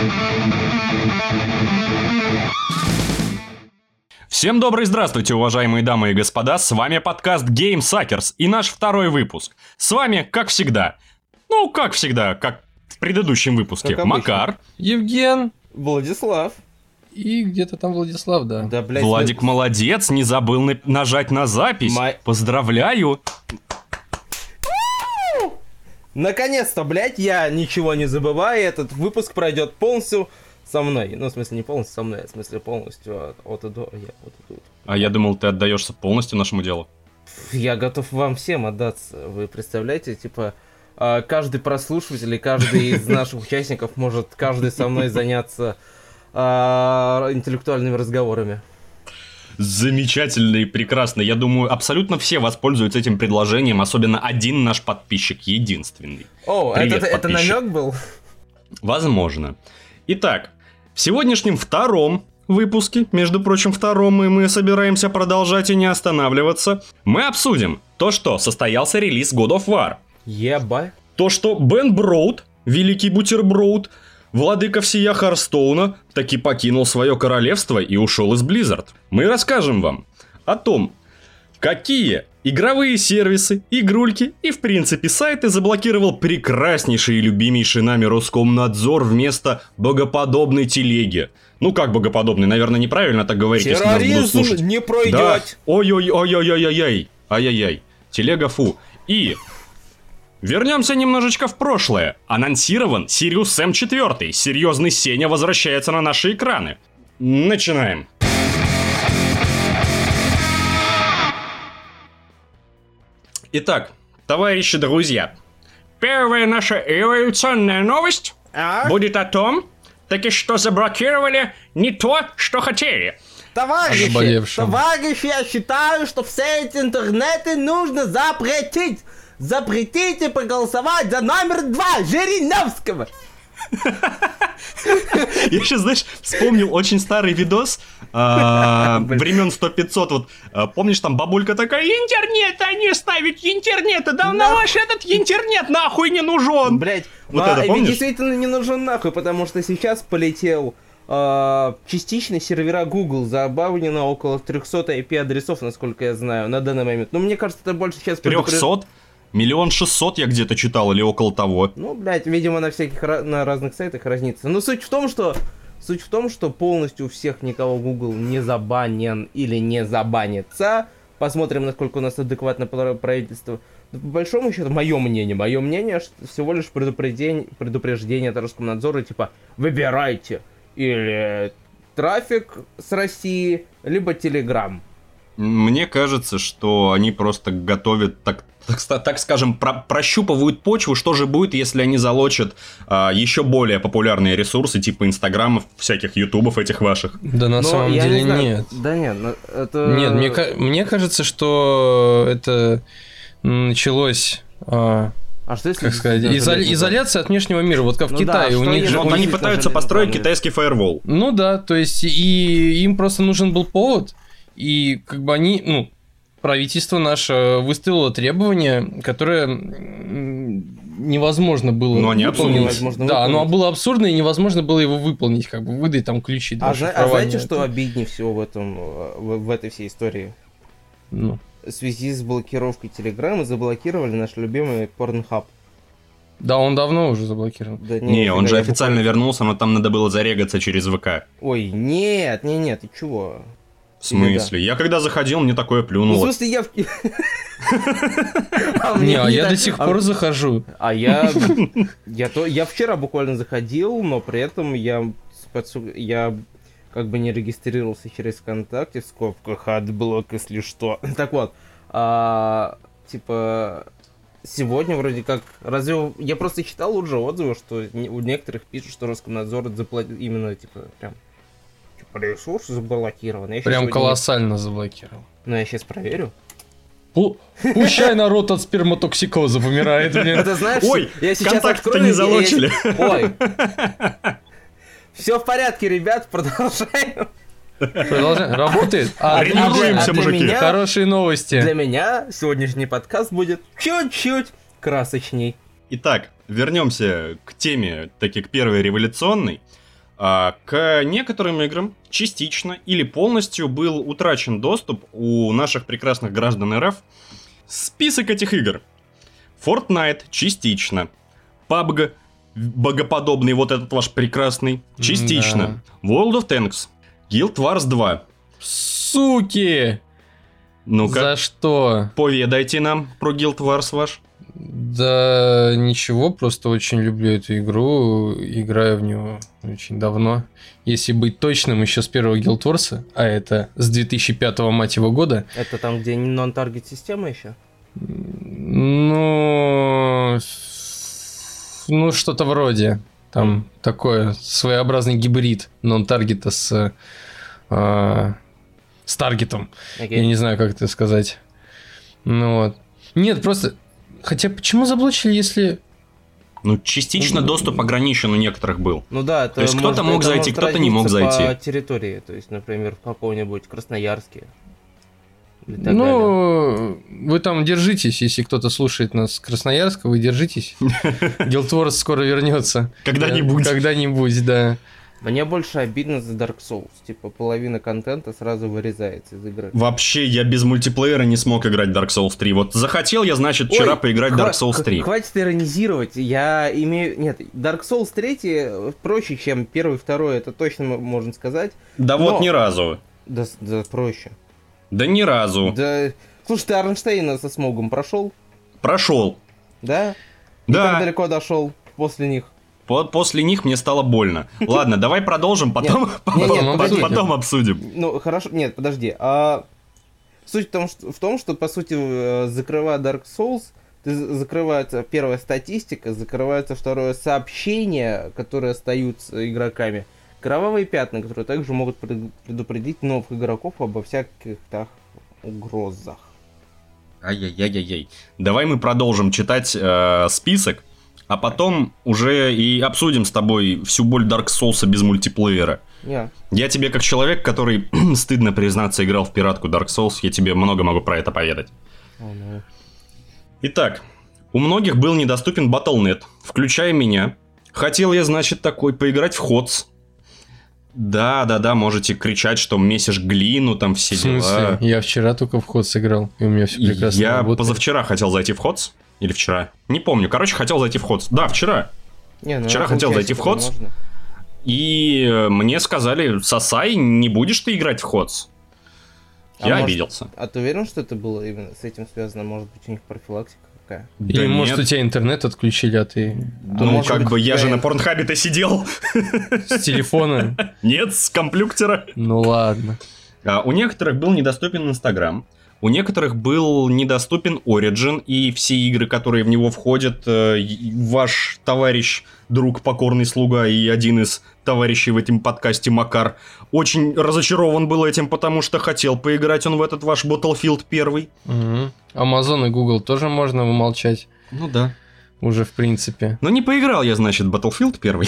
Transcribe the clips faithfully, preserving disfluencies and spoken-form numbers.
Всем добрый здравствуйте, уважаемые дамы и господа, с вами подкаст Game Suckers и наш второй выпуск. С вами, как всегда, ну, как всегда, как в предыдущем выпуске, Макар, Евген, Владислав. И где-то там Владислав, да. Да, блядь, Владик мы... молодец, не забыл на- нажать на запись, Май... поздравляю. Наконец-то, блядь, я ничего не забываю, этот выпуск пройдет полностью со мной. Ну, в смысле, не полностью со мной, а в смысле полностью от, от и до. Я, от и до. А я думал, ты отдаешься полностью нашему делу. Я готов вам всем отдаться. Вы представляете, типа, каждый прослушиватель и каждый из наших участников может каждый со мной заняться интеллектуальными разговорами. Замечательно и прекрасно. Я думаю, абсолютно все воспользуются этим предложением, особенно один наш подписчик, единственный. О, Привет, это, это намек был? Возможно. Итак, в сегодняшнем втором выпуске, между прочим, втором, и мы собираемся продолжать и не останавливаться, мы обсудим то, что состоялся релиз God of War. Еба. То, что Бен Броуд, великий бутерброуд, владыка всея Харстоуна, таки покинул свое королевство и ушел из Blizzard. Мы расскажем вам о том, какие игровые сервисы, игрульки и, в принципе, сайты заблокировал прекраснейший и любимейший нами Роскомнадзор вместо богоподобной телеги. Ну, как богоподобный, наверное, неправильно так говорить, если нас будут слушать. Терроризм не пройдет. Да. Ой-ой-ой-ой-ой-ой-ой. Ай-яй-яй. Телега фу. И... вернемся немножечко в прошлое. Анонсирован Sirius Сэм четыре. Серьезный Сеня возвращается на наши экраны. Начинаем. Итак, товарищи друзья, первая наша революционная новость А? будет о том, таки что заблокировали не то, что хотели. Товарищи, Заболевшим. товарищи, я считаю, что все эти интернеты нужно запретить. Запретите проголосовать за номер два Жириновского. Я сейчас, знаешь, вспомнил очень старый видос а, времен сто пятьсот. Вот, а, помнишь, там бабулька такая: интернет, а не ставить интернета, да на ваш этот интернет нахуй не нужен. Блять, Вот а, это помнишь? действительно не нужен нахуй, потому что сейчас полетел а, частично сервера Google, забавлено около триста ай пи адресов, насколько я знаю, на данный момент. Но мне кажется, это больше сейчас... трехсот? Миллион шестьсот я где-то читал или около того. Ну, блядь, видимо, на всяких, ra- на разных сайтах разнится. Но суть в том, что... Суть в том, что полностью у всех никого Google не забанен или не забанится. Посмотрим, насколько у нас адекватно правительство. Но по большому счету, мое мнение, мое мнение, что всего лишь предупреждение, предупреждение от Роскомнадзора, типа, выбирайте или трафик с России, либо Telegram. Мне кажется, что они просто готовят, так, так, так скажем, про, прощупывают почву, что же будет, если они залочат а, еще более популярные ресурсы, типа инстаграмов, всяких ютубов этих ваших. Да на Но самом я деле не знаю. нет. Да нет, ну, это... Нет, мне, ка- мне кажется, что это началось... а, А что если... как сказать, изо- изоляция от внешнего мира. Вот как в Ну Китае, да, у что них если- же... Вот у они них пытаются даже построить не китайский фаервол. Ну да, то есть и им просто нужен был повод, и как бы они, ну, правительство наше выставило требование, которое м, невозможно было Но они выполнить. невозможно Да, выполнить. оно было абсурдно, и невозможно было его выполнить, как бы выдать там ключи для А, зна- а шифрования. знаете, что обиднее всего в этом, э, в, в этой всей истории? Ну. В связи с блокировкой Телеграма заблокировали наш любимый Pornhub. Да, он давно уже заблокирован. Да Не, он нифига, же я официально буквально- вернулся, но там надо было зарегаться через ВК. Ой, нет, не, нет, ты чего? В смысле? Я когда заходил, мне такое Ну, в плюнуло. смысле, я... в- А Не, мне а я так- до сих а- пор захожу. А я... Я то- я вчера буквально заходил, но при этом я... с подсу- Я как бы не регистрировался через ВКонтакте, в скобках, отблок, если что. Так вот, а, типа... Сегодня вроде как... Разве... Я просто читал уже отзывы, что не- у некоторых пишут, что Роскомнадзор заплатил именно, типа, прям... Типа, ресурс заблокирован. Я щас Прям сегодня- колоссально заблокировал. Ну, я сейчас проверю. Пу- Пущай народ от сперматоксикоза помирает, блин. Это знаешь, Ой, я сейчас контакт-то открою, не и- залочили. Ой. Все в порядке, ребят, продолжаем. Продолжаем. Работает? А, Тренируемся, а для мужики. меня- Хорошие новости. Для меня сегодняшний подкаст будет чуть-чуть красочней. Итак, вернемся к теме, таки к первой революционной. А к некоторым играм частично или полностью был утрачен доступ у наших прекрасных граждан эр эф. Список этих игр. Fortnite частично. пабг, богоподобный вот этот ваш прекрасный, частично. Да. World of Tanks, Guild Wars два. Суки! Ну-ка. За что? Поведайте нам про Guild Wars ваш. Да ничего, просто очень люблю эту игру, играю в нее очень давно. Если быть точным, еще с первого Guild Wars, а это с две тысячи пятого, мать его, года. Это там, где нон-таргет система еще? Ну... Ну, что-то вроде. Там такой своеобразный гибрид нон-таргета с... А, с таргетом. Okay. Я не знаю, как это сказать. Ну вот. Нет, просто... Хотя почему заблочили, если... Ну, частично доступ ограничен у некоторых был. Ну да, это то есть кто-то мог зайти, кто-то не мог зайти. По территории, то есть, например, в каком-нибудь Красноярске. Ну, вы там держитесь, если кто-то слушает нас с Красноярска, вы держитесь. Guild Wars скоро вернется. Когда-нибудь. Когда-нибудь, да. Мне больше обидно за Dark Souls. Типа, половина контента сразу вырезается из игры. Вообще, я без мультиплеера не смог играть Dark Souls три. Вот захотел я, значит, вчера Ой, поиграть Dark Souls три. Хватит иронизировать. Я имею... Нет, Dark Souls три проще, чем первый, второй. Это точно можно сказать. Да но... вот ни разу. Да, да проще. Да ни разу. Да... Слушай, ты Арнштейна со Смогом прошел? Прошел. Да? Да. И как далеко дошел после них? После них мне стало больно. Ладно, давай продолжим, потом, нет, потом, нет, нет, потом, потом обсудим. Ну, хорошо, нет, подожди. А, суть в том, что, в том, что, по сути, закрывая Dark Souls, закрывается первая статистика, закрывается второе сообщение, которые остаются игроками. Кровавые пятна, которые также могут предупредить новых игроков обо всяких так угрозах. Ай-яй-яй-яй-яй. Давай мы продолжим читать э, список. А потом уже и обсудим с тобой всю боль Dark Souls без мультиплеера. Yeah. Я тебе, как человек, который, стыдно признаться, играл в пиратку Dark Souls, я тебе много могу про это поведать. Oh, no. Итак, у многих был недоступен батл точка нет, включая меня. Хотел я, значит, такой поиграть в ходс. Да-да-да, можете кричать, что месишь глину, там все дела. В смысле? Я вчера только в ходс играл, и у меня все прекрасно Я работает. позавчера хотел зайти в ходс. Или вчера? Не помню. Короче, хотел зайти в ходс. Да, вчера. Не, ну, вчера хотел зайти в ходс. Можно. И мне сказали, сосай, не будешь ты играть в ходс. А я может, обиделся. А ты уверен, что это было именно с этим связано? Может быть, у них профилактика какая? Или да может нет. У тебя интернет отключили, а ты... Ну, ну как бы я же на Порнхабе-то сидел. С телефона? Нет, с компьютера. Ну ладно. А у некоторых был недоступен Инстаграм. У некоторых был недоступен Origin, и все игры, которые в него входят, ваш товарищ, друг, покорный слуга и один из товарищей в этом подкасте, Макар, очень разочарован был этим, потому что хотел поиграть он в этот ваш Battlefield первый. Угу. Amazon и Google тоже можно умолчать. Ну да. Уже в принципе. Но не поиграл я, значит, Battlefield первый.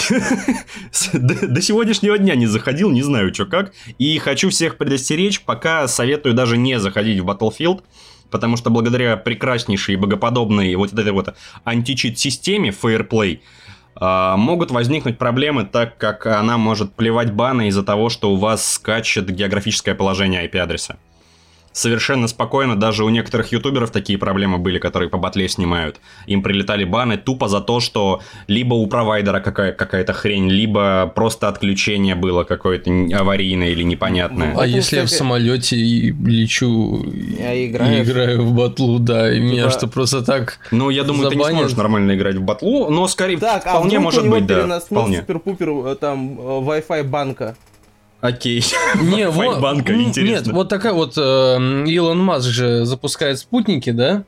до, до сегодняшнего дня не заходил, не знаю, что как. И хочу всех предостеречь, пока советую даже не заходить в Battlefield, потому что благодаря прекраснейшей и богоподобной вот этой вот античит-системе Fairplay э, могут возникнуть проблемы, так как она может плевать баны из-за того, что у вас скачет географическое положение ай пи-адреса. Совершенно спокойно, даже у некоторых ютуберов такие проблемы были, которые по батле снимают. Им прилетали баны тупо за то, что либо у провайдера какая- какая-то хрень, либо просто отключение было какое-то аварийное или непонятное. А если я в самолете и лечу и играю в батлу, да, и меня что просто так Ну, я думаю, забанят. Ты не сможешь нормально играть в батлу, но скорее так, вполне а может быть, да. Вполне. Супер-пупер там Wi-Fi банка. Окей. Не, вот, банка, нет, вот такая вот э, Илон Маск же запускает спутники, да,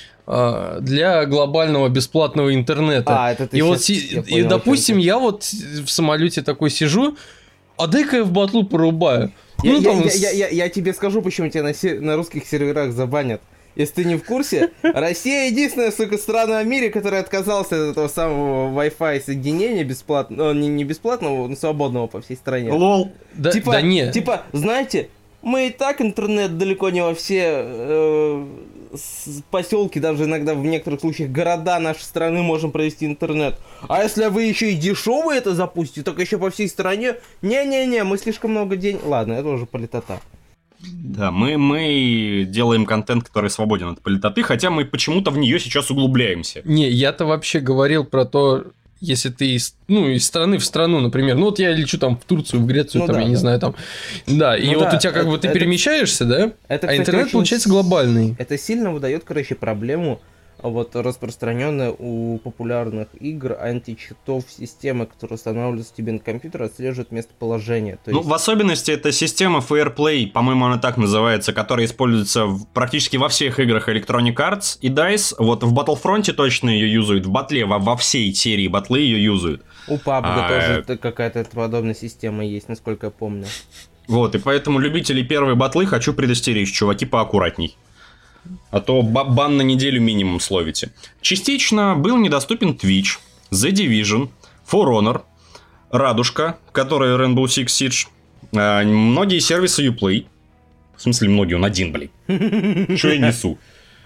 э, для глобального бесплатного интернета. А, это ты и сейчас, вот, си- я и понял, допустим, я вот в самолете такой сижу, а дай-ка я в батлу порубаю. Я, ну, я, там... я, я, я, я тебе скажу, почему тебя на, се- на русских серверах забанят. Если ты не в курсе, Россия единственная, сука, страна в мире, которая отказалась от этого самого Wi-Fi соединения бесплатного, не, не бесплатного, но свободного по всей стране. Лол. Да, типа, да не. Типа, знаете, мы и так интернет далеко не во все э, поселки, даже иногда в некоторых случаях города нашей страны можем провести интернет. А если вы еще и дешевый это запустите, так еще по всей стране, не-не-не, мы слишком много денег... Ладно, это уже политота. Да, мы, мы делаем контент, который свободен от политоты, хотя мы почему-то в нее сейчас углубляемся. Не, я-то вообще говорил про то, если ты из, ну, из страны в страну, например, ну вот я лечу там в Турцию, в Грецию, ну, там, да, я не да. знаю, там, да, и ну, вот да, у тебя как это, бы ты это, перемещаешься, да, это, а кстати, интернет очень получается с... глобальный. Это сильно выдает, короче, проблему вот распространенная у популярных игр античитов системы, которые устанавливаются тебе на компьютер, отслеживают местоположение. То Ну, есть... в особенности это система Fairplay, по-моему, она так называется, которая используется в, практически во всех играх Electronic Arts и дайс. Вот в Battlefront точно ее юзают, в батле, во, во всей серии батлы ее юзают. У пабга а... тоже какая-то подобная система есть, насколько я помню. Вот, и поэтому любителей первой батлы хочу предостеречь, чуваки, поаккуратней. А то бан на неделю минимум словите. Частично был недоступен Twitch, The Division, For Honor, Радужка, которая Rainbow Six Siege, а, многие сервисы Uplay. В смысле многие, он один, блин. Что я несу?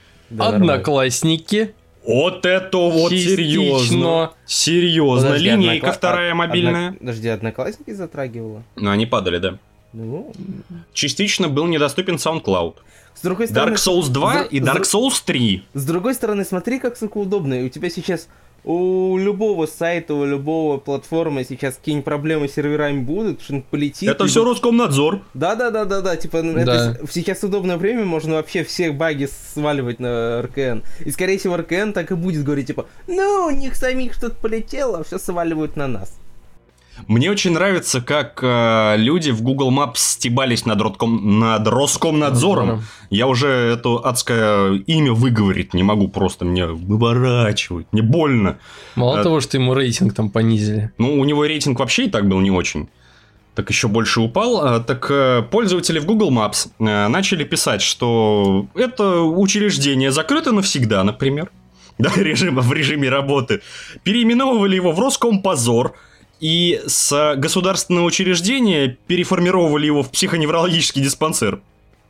Одноклассники. Вот это вот серьезно. Серьезно. Подожди, Линейка однокла... вторая мобильная. Одно... Подожди, Одноклассники затрагивала? Ну, они падали, да. Ну... Частично был недоступен SoundCloud. С другой стороны, Dark Souls два за... и Dark Souls три. С другой стороны, смотри, как, сука, удобно. У тебя сейчас у любого сайта, у любого платформы сейчас какие-нибудь проблемы с серверами будут, что-нибудь полетит. Это и... все Роскомнадзор. Да-да-да-да-да, типа, Да. это с- сейчас удобное время, можно вообще все баги сваливать на эр ка эн. И, скорее всего, эр ка эн так и будет говорить, типа, ну, у них самих что-то полетело, а все сваливают на нас. Мне очень нравится, как э, люди в Google Maps стебались над, Ротком, над Роскомнадзором. Надзором. Я уже это адское имя выговорить не могу, просто мне выворачивают, мне больно. Мало А- того, что ему рейтинг там понизили. Ну, у него рейтинг вообще и так был не очень. Так еще больше упал. А, Так э, пользователи в Google Maps э, начали писать, что это учреждение закрыто навсегда, например. Да, режим, в режиме работы. Переименовывали его в Роскомпозор. И с государственного учреждения переформировали его в психоневрологический диспансер.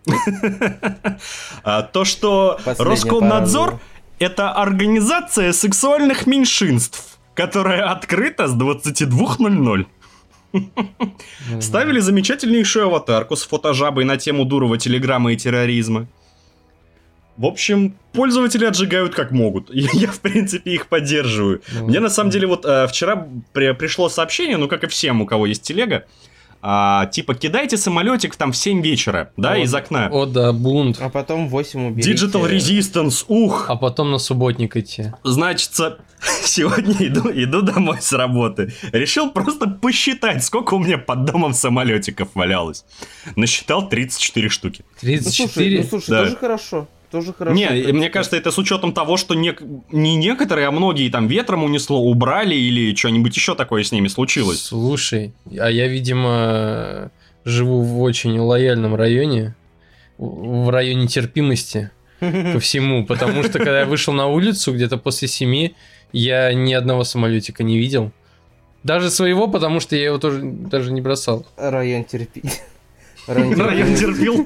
А то, что Последняя Роскомнадзор пара — это организация сексуальных меньшинств, которая открыта с двадцати двух ноль-ноль. Ставили замечательнейшую аватарку с фотожабой на тему Дурова, телеграмма и терроризма. В общем, пользователи отжигают как могут. И я, в принципе, их поддерживаю. Ну, Мне, на самом деле, вот э, вчера при- пришло сообщение, ну, как и всем, у кого есть телега, а, типа, кидайте самолетик там в семь вечера, да, О, из окна. О, да, бунт. А потом в восемь уберите. Digital Resistance, ух! А потом на субботник идти. Значится, сегодня иду, иду домой с работы. Решил просто посчитать, сколько у меня под домом самолетиков валялось. Насчитал тридцать четыре штуки. Ну, тридцать слушай, четыре. ну, слушай, Да. тоже хорошо. Тоже хорошо. Не, в принципе. мне кажется, это с учетом того, что не, не некоторые, а многие там ветром унесло, убрали или что-нибудь еще такое с ними случилось. Слушай, а я, видимо, живу в очень лояльном районе, в в районе терпимости ко всему, потому что когда я вышел на улицу где-то после семи, я ни одного самолетика не видел. Даже своего, потому что я его тоже даже не бросал. Район терпи. Район терпил.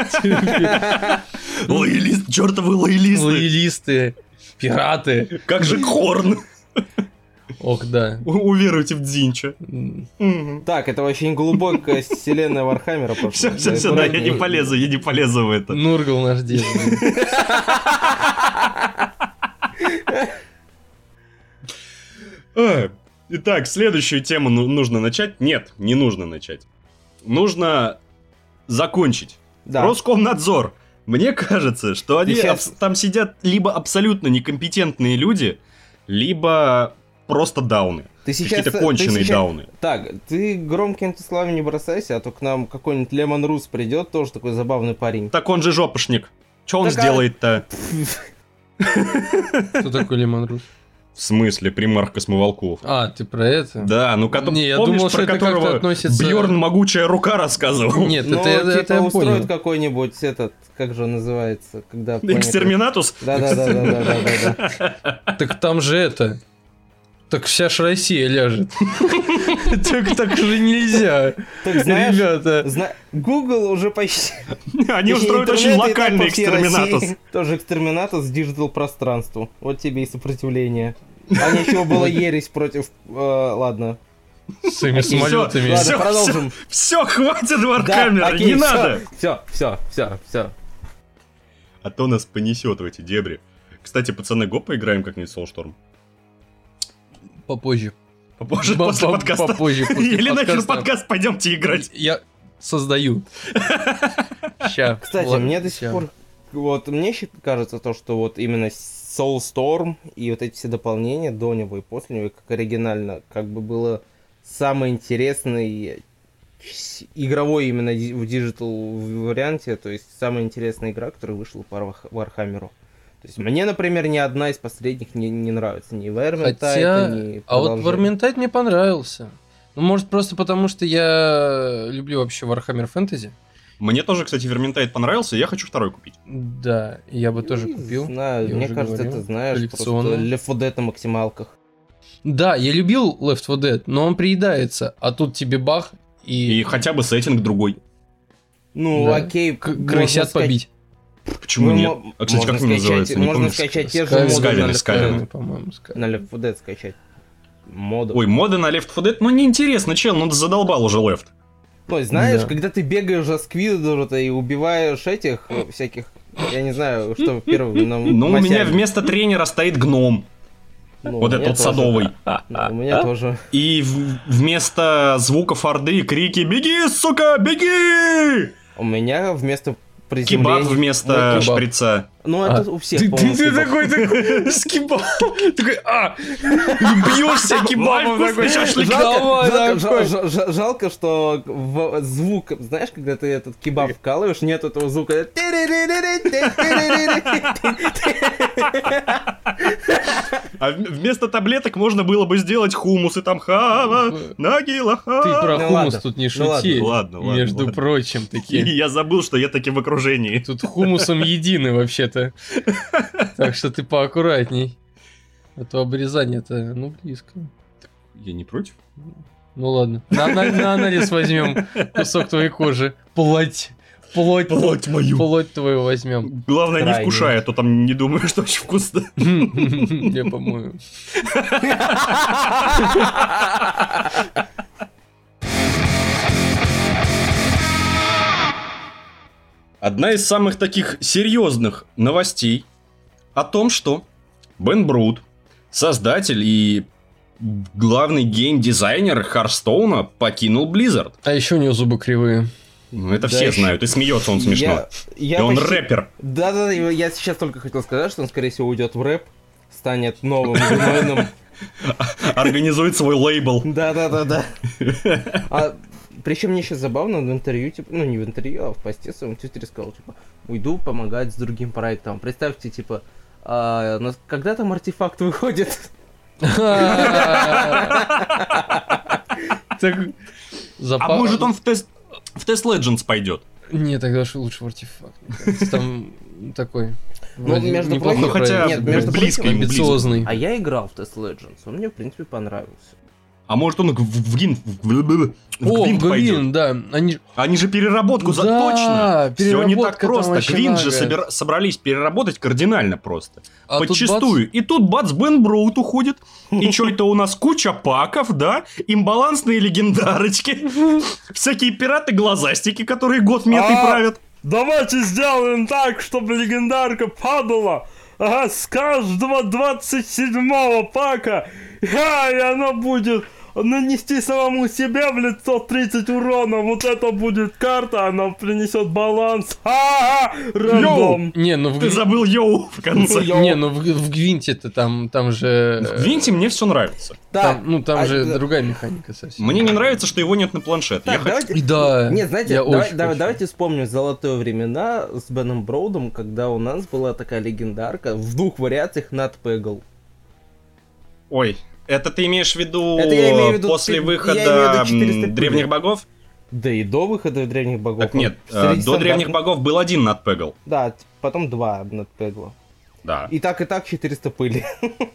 Лоялист, чертовы лоялисты. Лоялисты, пираты. Как же Хорн. Ох, да. У- Уверуйте в Дзинча. М, Так, это очень глубокая вселенная Вархаммера. Все, все, все, да, я не полезу, я не полезу в это. Нургал наш дед. блин. А, Итак, следующую тему ну- нужно начать. Нет, не нужно начать. Нужно закончить. Да. Роскомнадзор. Мне кажется, что они Сейчас- абс- там сидят либо абсолютно некомпетентные люди, либо просто дауны. Ты сейчас, Какие-то ты конченые сейчас- дауны. Так, ты громким словами не бросайся, а то к нам какой-нибудь Лемон Рус придет, тоже такой забавный парень. Так он же жопошник. Че он Так, а- сделает-то? Кто такой Лемон Рус? В смысле, примарх Космоволков? А, ты про это? Да, ну кото- Не, я помнишь, думал, что про это как-то которого относится- Бьорн Могучая Рука рассказывал? Нет, Ну, это, это, типа, это я устроит понял. какой-нибудь этот, как же он называется, когда... планета- Экстерминатус? Да-да-да-да-да-да. Так там же это... Так вся ж Россия ляжет. Так так же нельзя. Так знаешь, Ребята. зна- Google уже почти... Они Точнее, устроят очень интернет и так локальный по всей экстерминатус. России. Тоже экстерминатус диджитал пространству. Вот тебе и сопротивление. А ничего было ересь против... э, ладно. С своими Окей, самолетами. ладно, Всё, продолжим. Все, хватит Да, Вархаммера, окей, не надо. Все, все, все, все. А то нас понесет в эти дебри. Кстати, пацаны, го поиграем как-нибудь в Soulstorm. Попозже. Попозже, По- после по- подкаста. попозже, после Или нахер подкаста. подкаст, пойдемте играть. Я создаю. Ща. Кстати, ладно, мне до ща. сих пор... Вот, мне щи- кажется то, что вот именно Soulstorm и вот эти все дополнения до него и после него, как оригинально, как бы было самый интересный с- игровой именно ди- в диджитал варианте, то есть самая интересная игра, которая вышла по Варх- Вархаммеру. То есть мне, например, ни одна из последних не, не нравится. Ни Vermintide, Хотя... ни А вот продолжение. Vermintide мне понравился. Ну, может, просто потому, что я люблю вообще Warhammer Fantasy. Мне тоже, кстати, Vermintide понравился, и я хочу второй купить. Да, я бы тоже Не купил. знаю, я мне уже кажется, говорил. это, знаешь, просто Коллекционный. Left фор Dead на максималках. Да, я любил Left фор Dead, но он приедается, а тут тебе бах и, И хотя бы сеттинг другой. Ну, Да. окей, к- можно крысят сказать- побить. Почему Ну, нет? мо- А, кстати, можно как он скачать- называется? Не можно помню. скачать те же Скавен- моды Скавен, на Left фор Скавен. Dead. По-моему, Скавен. На Left фор Dead скачать. Моды. Ой, моды на Left фор Dead? Ну, неинтересно, чел, ну ты задолбал уже Left. Ну, знаешь, Да. когда ты бегаешь за Сквидварда и убиваешь этих э, всяких, я не знаю, что первым нам Ну, у меня масями. вместо тренера стоит гном. Ну, Вот у этот меня вот тоже. садовый. Ну, у меня тоже. И в- вместо звуков орды крики «Беги, сука, беги!» У меня вместо Кебаб приземления... вместо Ну, кебаб. шприца. Ну, А, это у всех, Ты, по-моему, ты- ты кебаб. такой, такой, с кебабом, такой, а, бьешься кебабом, Ой, такой, вкусный шашлык. давай, Жалко, такой. жал- жал- жал- жалко, что в- звук, знаешь, когда ты этот кебаб вкалываешь, нет этого звука. А в- вместо таблеток можно было бы сделать хумус и там хава, нагила, Ты ха. про Ну хумус ладно, тут не ну шути, ладно, ладно, между ладно. прочим, И такие. я забыл, что я таки в окружении. Тут хумусом едины вообще-то. Так что ты поаккуратней. А то обрезание-то, ну, близко. Я не против. Ну ладно. На, на- на анализ возьмем кусок твоей кожи. Плоть. Плоть. Плоть мою. Плоть твою возьмем. Главное, не Крайне. вкушай, а то там не думаю, что очень вкусно. Я помою. Одна из самых таких серьезных новостей о том, что Бен Брут, создатель и главный гейм-дизайнер Харстоуна, покинул Blizzard. А еще у него зубы кривые. Ну, это Да все ещё- знают, и смеется он смешно. Я, я И он почти- рэпер. Да-да-да, я сейчас только хотел сказать, что он, скорее всего, уйдет в рэп, станет новым гнойным. Организует свой лейбл. Да-да-да-да. А, причем мне сейчас забавно в интервью, типа, ну не в интервью, а в посте в своем твиттере сказал, типа, уйду помогать с другим проектом. Представьте, типа, а, нас- когда там артефакт выходит? Так, А запа- может он в тест в Test Legends пойдет? Не, тогда уж лучше в артефакт. мне кажется. Там такой... Ну, вроде между неплохой прочим, Ну, хотя проект. нет, между близко прочим, ему, близко. амбициозный. А я играл в Test Legends, он мне, в принципе, понравился. А может он в, в, гин- в, в- в О, Гвинт пойдет? Гвин, да. Они... Они же переработку за Да, точно. Все не так переработка там просто. вообще Гвинт же наглая. собира- собрались переработать кардинально просто. А тут Подчистую. И тут бац, Бен Броуд уходит. И что это у нас? Куча паков, да? Имбалансные легендарочки. Всякие пираты-глазастики, которые год метой А, правят. Давайте сделаем так, чтобы легендарка падала. Ага, с каждого двадцать седьмого пака. Ха, и она будет нанести самому себе в лицо тридцать урона. Вот это будет карта, она принесет баланс. Ха-ха, рандом. Не, ну в, Ты Гви- забыл йоу в конце. не, ну в, в Гвинте-то там, там же... В Гвинте мне все нравится. Так, Там, ну там а, же да- другая механика совсем. Мне не нравится, что его нет на планшет. Я Так, хочу- давайте... И да. Нет, знаете, я давай- очень давай- хочу. давайте вспомним золотые времена с Беном Броудом, когда у нас была такая легендарка в двух вариациях над Пегл. Ой, это ты имеешь в виду Это я имею в виду после пи- я выхода имею в виду м, четыреста древних пыли. богов? Да и до выхода древних богов. Так он нет, э, среди до древних стандартных- богов был один надпегл. Да, т- потом два над Пегла. Да. И так, и так четыреста пыли.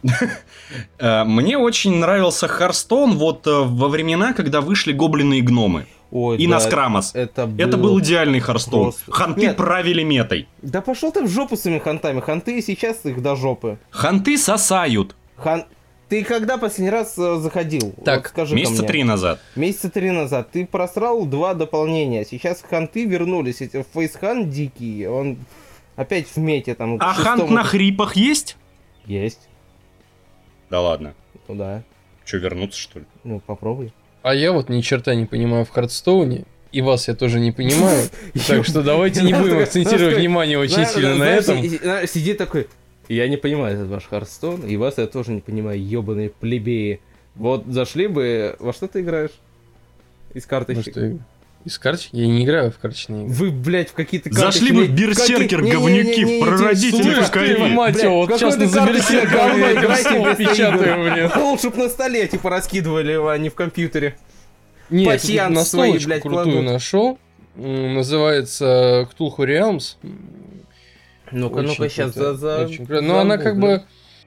Мне очень нравился Hearthstone вот во времена, когда вышли гоблины и гномы. Ой, И да, Наскрамос. Это был, Это был идеальный Hearthstone. просто- Ханты Нет. правили метой. Да пошел ты в жопу с этими хантами. Ханты сейчас их до жопы. Ханты сосают. Хан... Ты когда последний раз э, заходил? Так, Вот скажи Месяца три назад. Месяца три назад. Ты просрал два дополнения. Сейчас ханты вернулись. Эти фейсхан дикий. Он опять в мете там. к А шестому- хант на хрипах есть? Есть. Да ладно. Ну да. Че, вернуться, что ли? Ну попробуй. А я вот ни черта не понимаю в Хардстоуне, и вас я тоже не понимаю. Так что давайте не будем акцентировать внимание очень сильно на этом. Сидит такой. Я не понимаю этот ваш Хардстоун, и вас я тоже не понимаю, ебаные плебеи. Вот зашли бы. Во что ты играешь? Из Ну карточек. что, из карточек? Я не играю в карточные игры. Вы, блядь, в какие-то Зашли бы в Берсеркер, какие- говнюки, Не-не-не-не, прародители слушай, Пускай. ты, мать Блядь, его, вот сейчас какой на ты карточный Берсеркер говно я играете слово вместо печатаю, игр. блин. Лучше бы на столе типа раскидывали, а не в компьютере. Нет, Пасьянс на свои, столочку блядь, крутую кладут. нашел. М, Называется Cthulhu Realms. Ну-ка, Очень ну-ка, сейчас круто, за... за... очень круто. Но она как бы...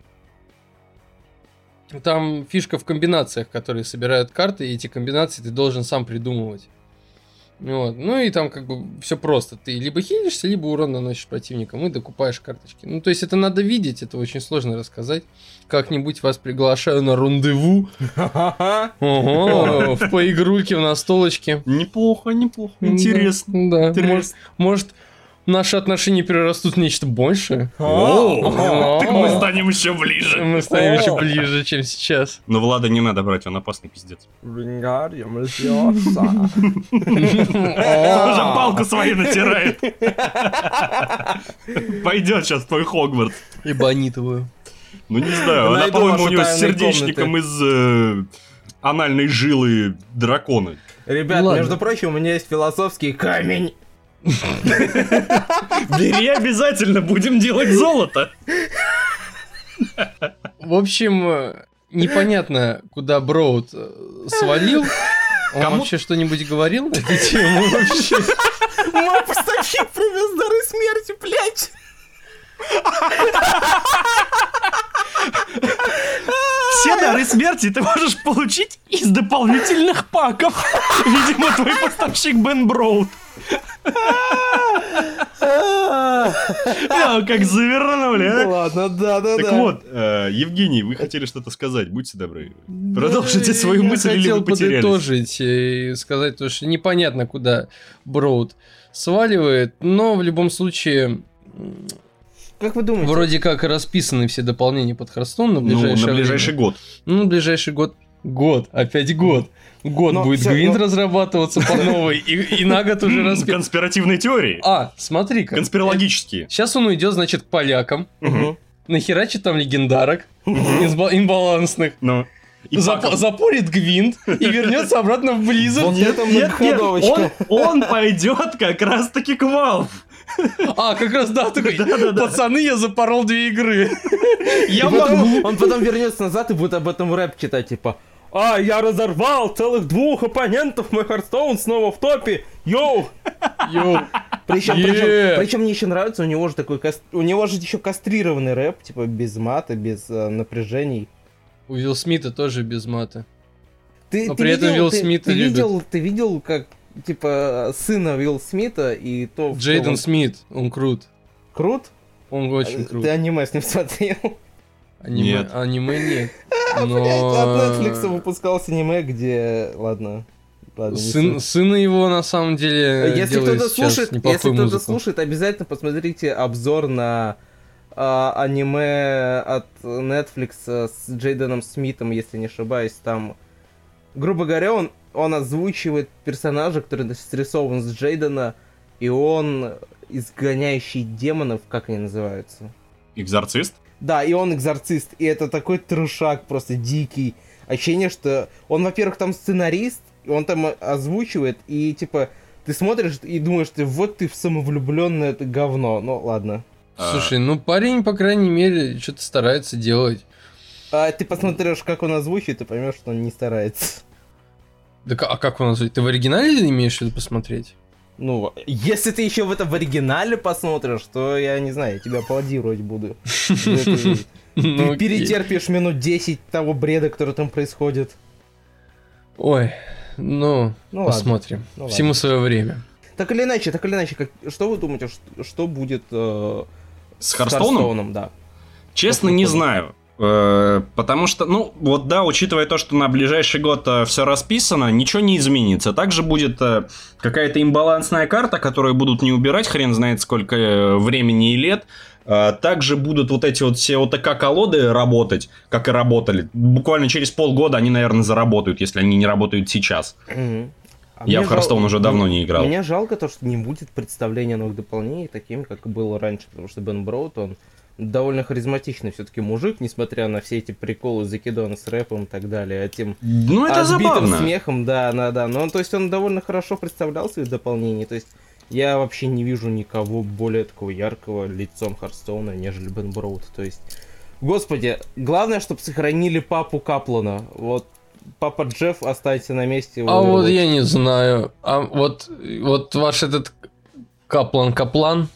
Там фишка в комбинациях, которые собирают карты, и эти комбинации ты должен сам придумывать. Вот. Ну и там как бы все просто. Ты либо хилишься, либо урон наносишь противникам и докупаешь карточки. Ну то есть это надо видеть, это очень сложно рассказать. Как-нибудь вас приглашаю на рандеву. Ого, в поигрульке, в настолочке. Неплохо, неплохо. Интересно. Да, Интересно. может, может, наши отношения перерастут в нечто большее. О, Так мы станем еще ближе. Мы станем еще ближе, чем сейчас. Но Влада не надо брать, он опасный пиздец. Уже палку свою натирает. Пойдет сейчас твой Хогвартс. И банитовую. Ну не знаю, она, Найду по-моему, у ваши него с тайные сердечником из э, анальной жилы дракона. Ребят, Ладно. между прочим, у меня есть философский камень. Бери обязательно, будем делать золото. В общем, э, непонятно, куда Броуд э, свалил. Он Кому? вообще что-нибудь говорил на эту тему вообще? Мой поставщик привез дары смерти, блядь. Все дары смерти ты можешь получить из дополнительных паков. Видимо, твой поставщик Бен Броуд. А, как завернули, а? Ладно, да-да-да. Так вот, э, Евгений, вы хотели что-то сказать, будьте добры. Продолжите Да, свою я мысль или хотел вы потерялись? подытожить и сказать то, что непонятно, куда Броуд сваливает, но в любом случае м, Как вы думаете? вроде как расписаны все дополнения под Хардстоун на Ну, ближайшее на ближайший время. год. Ну, на ближайший год. Год, опять год. Год Но будет всё, Гвинт но- разрабатываться по новой, и, и на год уже расписан. Конспиративные теории. А, смотри-ка. Конспирологические. Сейчас он уйдет, значит, к полякам. Мгм. Нахерачит там легендарок инсба- имбалансных. Ну. И Зап- паков. запорит Гвинт и вернется обратно в Blizzard. Вот это Нет, нет, многоходовочка. он, он пойдет как раз таки к Valve. А, как раз, да, такой, Да-да-да. пацаны, я запорол две игры. Я И потом- могу. Он потом вернется назад и будет об этом рэп читать, типа. А, я разорвал целых двух оппонентов, мой Хардстоун снова в топе. Йоу! Йоу. Причем, Yeah. причем, причем мне еще нравится, у него же такой, кас- у него же еще кастрированный рэп, типа без мата, без э, напряжений. У Уилл Смита тоже без мата. Ты, Но ты при этом видел, Уилл ты, Смита ты любит. видел, ты видел, как типа сына Уилл Смита и то. в Джейден чем Смит, он крут. он крут? Он очень крут. Ты аниме с ним смотрел? Аниме, Нет. аниме нет. Блять, Но... от Netflix выпускалось аниме, где, ладно, ладно. не Сын, суть. сына его на самом деле Если делает кто-то сейчас слушает, неплохую если кто-то музыку. слушает, обязательно посмотрите обзор на а, аниме от Netflix с Джейденом Смитом, если не ошибаюсь. Там, грубо говоря, он, он озвучивает персонажа, который срисован с Джейдена, и он изгоняющий демонов, как они называются? Экзорцист? Да, и он экзорцист, и это такой трешак просто дикий. Ощущение, что он, во-первых, там сценарист, и он там озвучивает, и типа ты смотришь и думаешь, ты вот ты в самовлюбленное это говно. Ну ладно. Слушай, ну парень, по крайней мере, что-то старается делать. А ты посмотришь, как он озвучивает, и поймешь, что он не старается. Так, а как он озвучит? Ты в оригинале имеешь в виду посмотреть? Ну, если ты еще в это в оригинале посмотришь, то я не знаю, я тебя аплодировать буду. Ты перетерпишь минут десять того бреда, который там происходит. Ой, ну, Ну посмотрим. Ну Всему ладно. свое время. Так или иначе, так или иначе, как, что вы думаете, что, что будет э, С Харстоуном? Харстоуном, да. Честно, Просто не понял. знаю. Э, Потому что, ну, вот да, учитывая то, что на ближайший год все расписано, ничего не изменится. Также будет э, какая-то имбалансная карта, которую будут не убирать, хрен знает сколько э, времени и лет. Э, Также будут вот эти вот все ОТК-колоды работать, как и работали. Буквально через полгода они, наверное, заработают, если они не работают сейчас. Мгм. А Я мне в Hearthstone жал- уже давно не играл. Мне жалко то, что не будет представления новых дополнений таким, как было раньше, потому что Бен Броуд, он довольно харизматичный все-таки мужик, несмотря на все эти приколы закидоны с рэпом и так далее, этим Ну, это отбитым забавно. смехом, да, да, да. Но то есть он довольно хорошо представлял свои дополнения. То есть я вообще не вижу никого более такого яркого лицом Харстоуна, нежели Бен Броуд. То есть, господи, главное, чтобы сохранили папу Каплана. Вот папа Джефф, останься на месте. А Overwatch. вот я не знаю. А вот, вот ваш этот Каплан-Каплан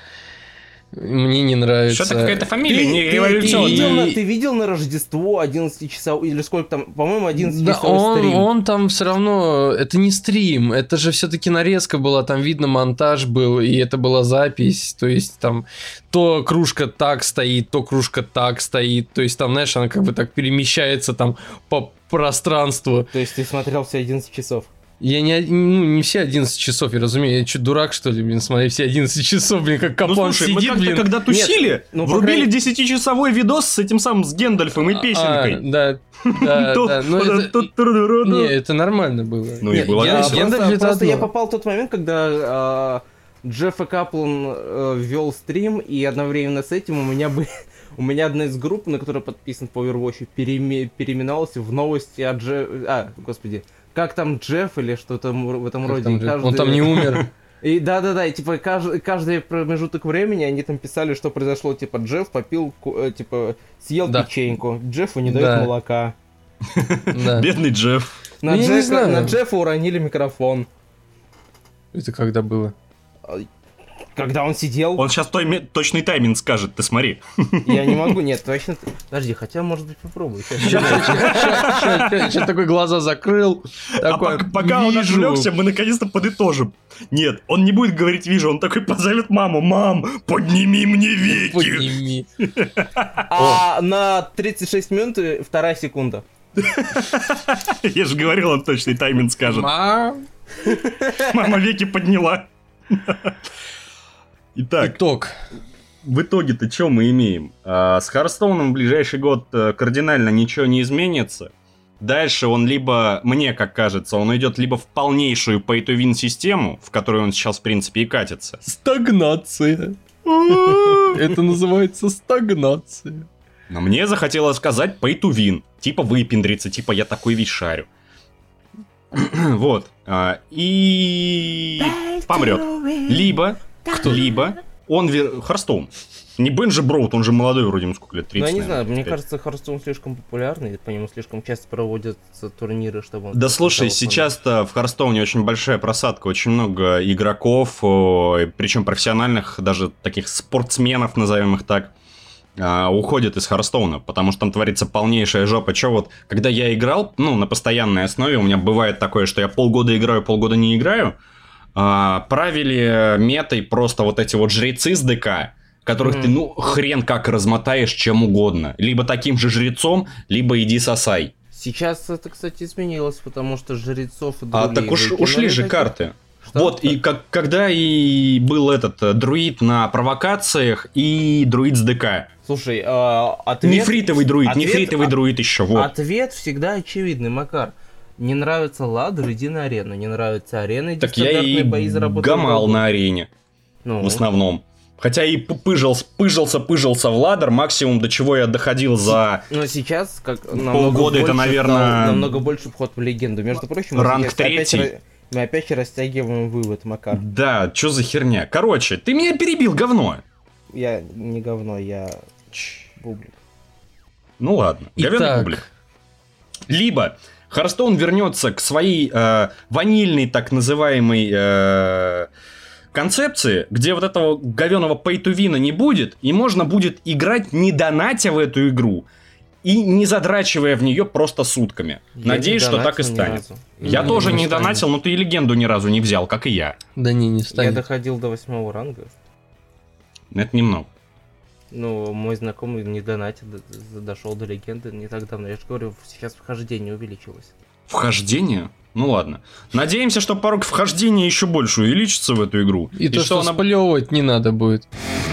мне не нравится. Что-то какая-то Ты, фамилия не ты- ты революционная. видел, на, И- ты видел на Рождество одиннадцать часов, или сколько там, по-моему, одиннадцать Да, часов он, стрим. он там все равно, это не стрим, это же все-таки нарезка была, там видно монтаж был, и это была запись, то есть там то кружка так стоит, то кружка так стоит, то есть там, знаешь, она как бы так перемещается там по пространству. То есть ты смотрел все одиннадцать часов. Я не, ну, не все одиннадцать часов, я разумею, я что, дурак, что ли, блин, смотри, все одиннадцать часов, блин, как Ну, Каплан слушай, мы сидит, как-то, блин. когда тусили, ну, по врубили крайней- десятичасовой видос с этим самым, с Гендальфом и А, песенкой. да, да, Тут- да, ну это, тут- тут- не, это нормально было. Ну и Нет, было я, весело. Гендальф просто, это просто я одно. попал в тот момент, когда э, Джефф и Каплан э, вел стрим, и одновременно с этим у меня бы у меня одна из групп, на которой подписан по Overwatch, переме- переименовалась в новости о Джефф... А, господи, как там Джефф или что-то в этом Как роде. там И же- каждый- Он там не умер. И да-да-да, и типа каждый, каждый промежуток времени они там писали, что произошло, типа Джефф попил, ку- э, типа съел Да. печеньку, Джеффу не дают Да. молока. Да. Бедный Джефф. На, Я не Джеффа, знаю. на Джеффа уронили микрофон. Это когда было? Когда он сидел, Он сейчас той, ме- точный тайминг скажет, ты смотри. я не могу, нет, точно. Подожди, хотя, может быть, попробуй. Щас. Сейчас такой глаза закрыл. А Такой, пока, пока он вижу. отвлекся, мы наконец-то подытожим. Нет, он не будет говорить «вижу», он такой позовет маму. «Мам, подними мне веки!» Подними. А на тридцать шесть минут и вторая секунда. Я же говорил, он точный тайминг скажет. Мам. Мама веки подняла. Итак, Итог. в итоге-то что мы имеем? А, с Харстоуном в ближайший год э, кардинально ничего не изменится. Дальше он либо, мне как кажется, он идет либо в полнейшую pay-to-win систему, в которую он сейчас, в принципе, и катится. Стагнация. Это называется стагнация. Но мне захотелось сказать pay-to-win. Типа выпендриться, типа я такой весь шарю. Вот. А, И помрет. Либо, Кто? либо он вер... Харстоун. Не Бенджи Броуд, он же молодой вроде, ему сколько лет, Ну, тридцать, я не знаю, наверное, мне пять. кажется, Харстоун слишком популярный, и по нему слишком часто проводятся турниры, чтобы он... Да слушай, стал сейчас-то в Харстоуне очень большая просадка, очень много игроков, причем профессиональных, даже таких спортсменов, назовем их так, а, уходят из Харстоуна, потому что там творится полнейшая жопа. Че вот, когда я играл, ну, на постоянной основе, у меня бывает такое, что я полгода играю, полгода не играю, а, правили метой просто вот эти вот жрецы с ДК, которых Мгм. ты, ну, хрен как размотаешь чем угодно. Либо таким же жрецом, либо иди сосай. Сейчас это, кстати, изменилось, потому что жрецов и А другие так уж, выкинули ушли же таких. карты. Что? Вот, и как, когда и был этот э, друид на провокациях и друид с ДК. Слушай, а, ответ... Нефритовый друид, ответ- нефритовый а- друид еще, вот. Ответ всегда очевидный, Макар. Не нравится ладер, иди на арену. Не нравится арена, иди в Так я стандартные и бои, заработай гамал врагов. на арене, Ну, в основном. Хотя и п- пыжился, пыжился, пыжился в ладер, максимум до чего я доходил за... но сейчас, как намного Полгода это, больше наверное, вход- намного больше вход в легенду. Между прочим, мы ранг сейчас опять третий. ра- мы опять растягиваем вывод, Макар. Да, что за херня? Короче, ты меня перебил, говно. Я не говно, я бублик. Ну ладно, говёный Итак. бублик. Либо Hearthstone вернется к своей э, ванильной так называемой э, концепции, где вот этого говёного pay-to-win не будет, и можно будет играть не донатя в эту игру, и не задрачивая в нее просто сутками. Я Надеюсь, что так и станет. Я Не, тоже не не станет. донатил, но ты и легенду ни разу не взял, как и я. Да не, не Я станет. доходил до восьмого ранга. Это немного. Ну, мой знакомый не донатил, д- дошел до легенды не так давно. Я же говорю, сейчас вхождение увеличилось. Вхождение? Ну ладно. Надеемся, что порог вхождения еще больше увеличится в эту игру. И, то, что она... сплевывать не надо будет.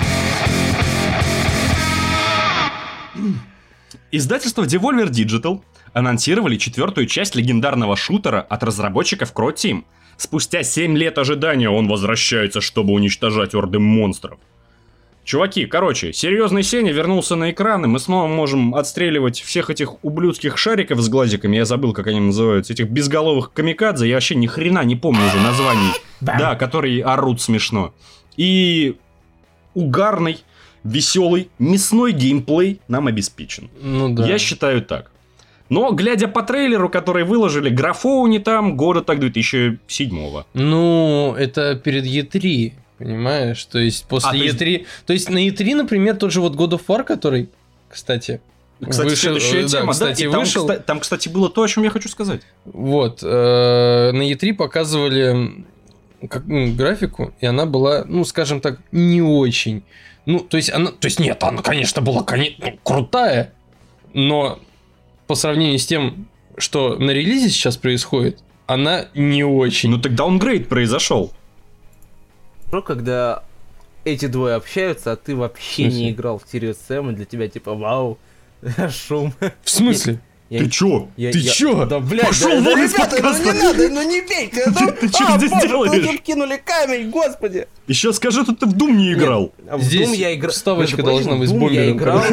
Издательство Devolver Digital анонсировали четвертую часть легендарного шутера от разработчиков Crow Team. Спустя семь лет ожидания он возвращается, чтобы уничтожать орды монстров. Чуваки, короче, серьезный Сеня вернулся на экран, и мы снова можем отстреливать всех этих ублюдских шариков с глазиками, я забыл, как они называются, этих безголовых камикадзе, я вообще ни хрена не помню уже названий, да, которые орут смешно. И угарный, веселый, мясной геймплей нам обеспечен. Ну да. Я считаю так. Но, глядя по трейлеру, который выложили, графоуни там года так две тысячи седьмого. Ну, это перед и три, понимаешь? То есть после А, то есть- и три... То есть на и три, например, тот же вот God of War, который, кстати, Кстати, вышел... следующая да, тема, да, кстати, и там, вышел... кста- там, кстати, было то, о чем я хочу сказать. Вот, э, на и три показывали как, ну, графику, и она была, ну, скажем так, не очень. Ну, то есть она, то есть нет, она, конечно, была коне- ну, крутая, но по сравнению с тем, что на релизе сейчас происходит, она не очень. Ну так даунгрейд произошел. Что, когда эти двое общаются, а ты вообще В смысле? не играл в Serious Sam, и для тебя типа вау, шум. В смысле? Я- Ты чё? я- Ты я- чё? Да, блядь, Пошёл да, да, вон из ребята, ну подкаста. не надо, ну не бейте. ну, Ты чё а, здесь боже, делаешь? тут кинули камень, господи. Еще скажи, тут ты в Doom не играл. Нет, а в Здесь Doom я играл. вставочка Между прочим, должна быть в с Doom я бойлером, играл.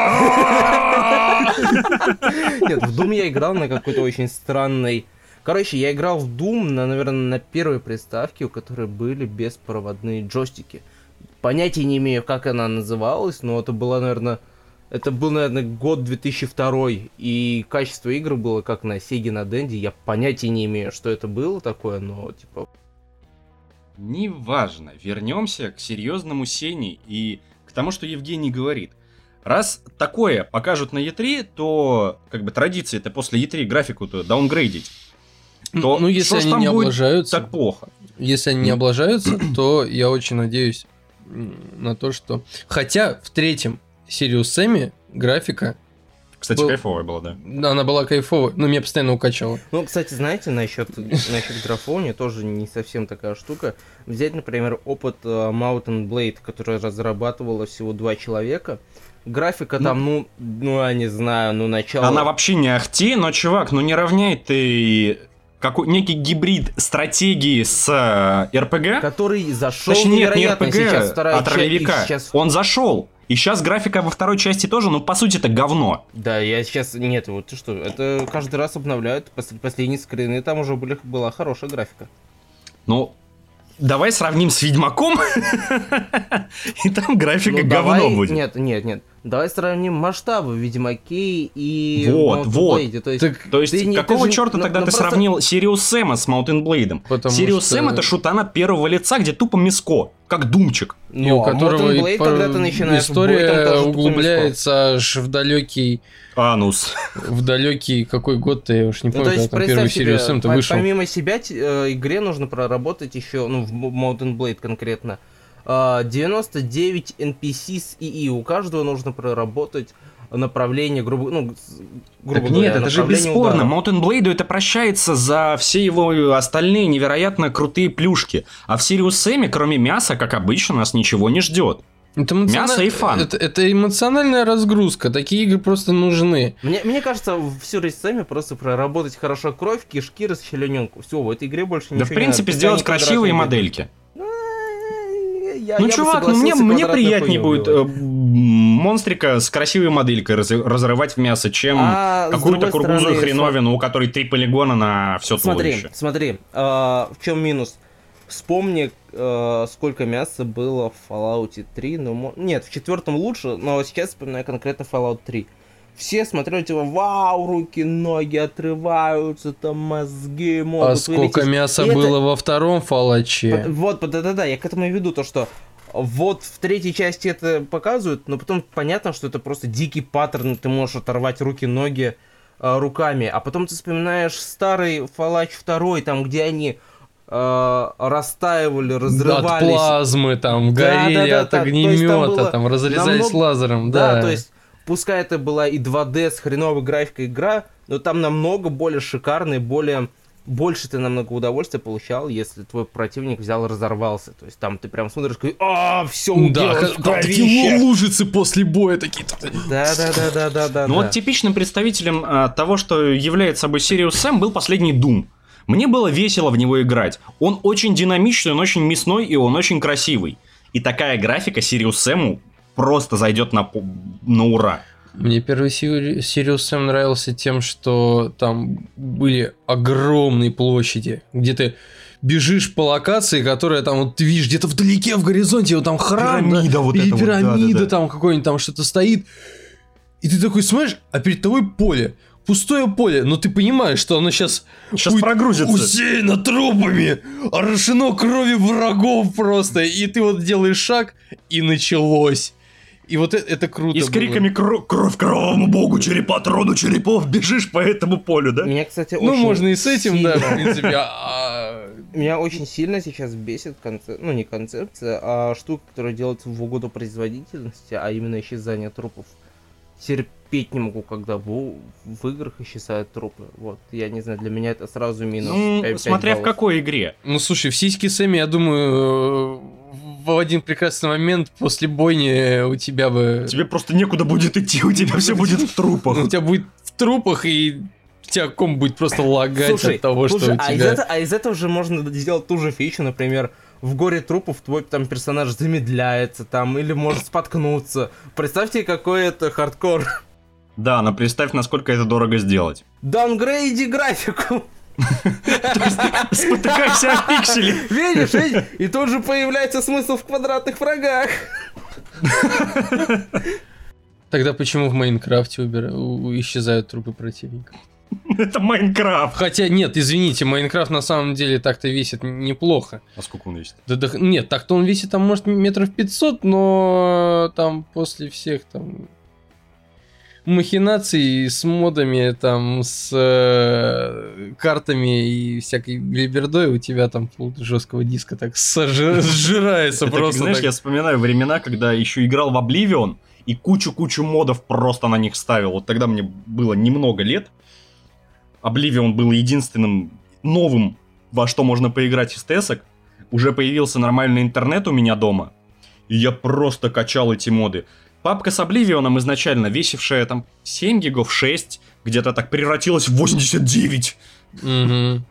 Нет, в Doom я играл на какой-то очень странной. Короче, я играл в Doom, на, наверное, на первой приставке, у которой были беспроводные джойстики. Понятия не имею, как она называлась, но это была, наверное, это был, наверное, год две тысячи второй, и качество игры было как на Sega на Денде. Я понятия не имею, что это было такое, но типа. Неважно. Вернемся к серьезному Сене и к тому, что Евгений говорит. Раз такое покажут на и три, то как бы традиция это после и три графику-то даунгрейдить. То Ну, если что ж они там не будет облажаются, так плохо. если они не облажаются, то я очень надеюсь м, на то, что... Хотя в третьем Serious Sam'е графика, Кстати, Был- кайфовая была, да. она была кайфовая, но меня постоянно укачала. Ну, кстати, знаете, насчет, насчет графония тоже не совсем такая штука. Взять, например, опыт э, Mountain Blade, который разрабатывало всего два человека. Графика там, ну, ну, я не знаю, ну, начало... Она вообще не ахти, но, чувак, ну не равняй ты какой некий гибрид стратегии с э, эр пи ги. Который зашел Точнее, нет, не эр невероятно. пи ги Сейчас вторая от часть, и ролевика. сейчас- Он зашел. И сейчас графика во второй части тоже, ну, по сути, это говно. Да, я сейчас... Нет, вот ты что, это каждый раз обновляют. Пос- Последние скрины, там уже были, была хорошая графика. Ну, давай сравним с Ведьмаком, и там графика Ну, говно давай- будет. Нет, нет, нет. Давай сравним масштабы в Ведьмаке и Вот, Mountain вот. Blade. То есть, Так, То есть, ты не- какого ты же- черта ну, тогда ну, ты просто- сравнил Serious Sam с Mountain Blade? Потому Serious что- Sam это шутана первого лица, где тупо миско, как Думчик. И Ну, у а которого Mountain и Blade, по- когда ты начинаешь в бой, там история тоже тупо углубляется аж в далекий, Анус. в далекий какой год-то, я уж не Ну, помню, то когда есть, там первый представь себе, Serious Sam-то по- вышел. помимо себя, т- э, игре нужно проработать еще, ну, в М- Mountain Blade конкретно, э, девяносто девять эн пи си с ИИ. У каждого нужно проработать направление, грубо, ну, с- грубо Так говоря, нет, это же направление бесспорно. удара. Mountain Blade это прощается за все его остальные невероятно крутые плюшки. А в Serious Sam, кроме мяса, как обычно, нас ничего не ждет. Это эмоциона- Мясо и фан. Это, это эмоциональная разгрузка. Такие игры просто нужны. Мне, мне кажется, в Serious Sam просто проработать хорошо кровь, кишки, расчлененку. Все, в этой игре больше ничего Да, в не принципе, надо. сделать Пускай они красивые квадратные модельки. бегают. Я- Ну, я бы чувак, ну мне, согласился мне квадратную приятнее хуйню будет э, убивать. монстрика с красивой моделькой раз- разрывать в мясо, чем А с какую-то другой кургузую стороны, хреновину, у которой три полигона на все Смотри, туловище. смотри, а, в чем минус? Вспомни, а, сколько мяса было в Fallout три. Ну, мо- нет, в четвертом лучше, но сейчас вспоминаю конкретно Fallout три. все смотрели, типа, вау, руки, ноги отрываются, там мозги могут А сколько вылететь. мяса И было это... во втором фалаче? Вот, да-да-да, я к этому и веду, то, что вот в третьей части это показывают, но потом понятно, что это просто дикий паттерн, ты можешь оторвать руки, ноги э, руками, а потом ты вспоминаешь старый фалач второй, там, где они э, растаивали, разрывались. От плазмы там, Да, горели да, да, от так, то есть там огнемета, было там, разрезались намного- лазером, Да, да. то есть, пускай это была и два дэ с хреновой графикой игра, но там намного более шикарный, более... Больше ты намного удовольствия получал, если твой противник взял и разорвался. То есть там ты прям смотришь, и а все Да, уделалось в как- там такие кровище. лу- лужицы после боя такие. Да, да, да, да, да, да. Ну да. вот типичным представителем а, того, что является собой Serious Sam, был последний Doom. Мне было весело в него играть. Он очень динамичный, он очень мясной и он очень красивый. И такая графика Serious Sam'у просто зайдет на, по- на ура. Мне первый Сири- Serious Sam нравился тем, что там были огромные площади, где ты бежишь по локации, которая там, вот ты видишь где-то вдалеке в горизонте, вот там храм, Пирамида да, вот или эта вот, пирамида да-да-да. там какой-нибудь там что-то стоит, и ты такой смотришь, а перед тобой поле, пустое поле, но ты понимаешь, что оно сейчас Сейчас прогрузится. усеяно трупами, орошено кровью врагов просто, и ты вот делаешь шаг, и началось. И вот это, это круто И с было. криками «Кро- «Кровь кровавому богу, черепа трону черепов!» бежишь по этому полю, да? Меня, кстати, Ну, очень можно и с этим, сильно- да, в принципе. а- Меня очень сильно сейчас бесит концепция, ну не концепция, а штука, которая делается в угоду производительности, а именно исчезание трупов. Терпеть не могу, когда в, в играх исчезают трупы. Вот, я не знаю, для меня это сразу минус. Ну, пять- пять смотря в баллов. какой игре. Ну, слушай, в сиськи Сэмми, я думаю, в один прекрасный момент после бойни у тебя бы... Тебе просто некуда будет идти, у тебя все будет в трупах. У тебя будет в трупах, и у тебя комп будет просто лагать Слушай, от того, слушай, что у а, из тебя... этого, а из этого же можно сделать ту же фичу, например, в горе трупов твой там персонаж замедляется там или может споткнуться. Представьте, какой это хардкор. Да, но представь, насколько это дорого сделать. Даунгрейди графику. Спотыкайся о пиксели. Видишь, видишь? И тут же появляется смысл в квадратных врагах. Тогда почему в Майнкрафте убира- у- исчезают трупы противников? Это Майнкрафт. Хотя, нет, извините, Майнкрафт на самом деле так-то весит неплохо. А сколько он весит? Да, да, нет, так-то он весит там, может, метров пятьсот, но там после всех там махинаций с модами, там, с э, картами и всякой билибердой у тебя там пол жесткого диска так сожи- сжирается Это, как, просто. знаешь, так. я вспоминаю времена, когда еще играл в Oblivion и кучу-кучу модов просто на них ставил. Вот тогда мне было немного лет. Oblivion был единственным новым, во что можно поиграть из тесок. Уже появился нормальный интернет у меня дома. И я просто качал эти моды. Папка с Обливионом изначально, весившая там семь гигов, шесть, где-то так превратилась в восемьдесят девять. Мгм.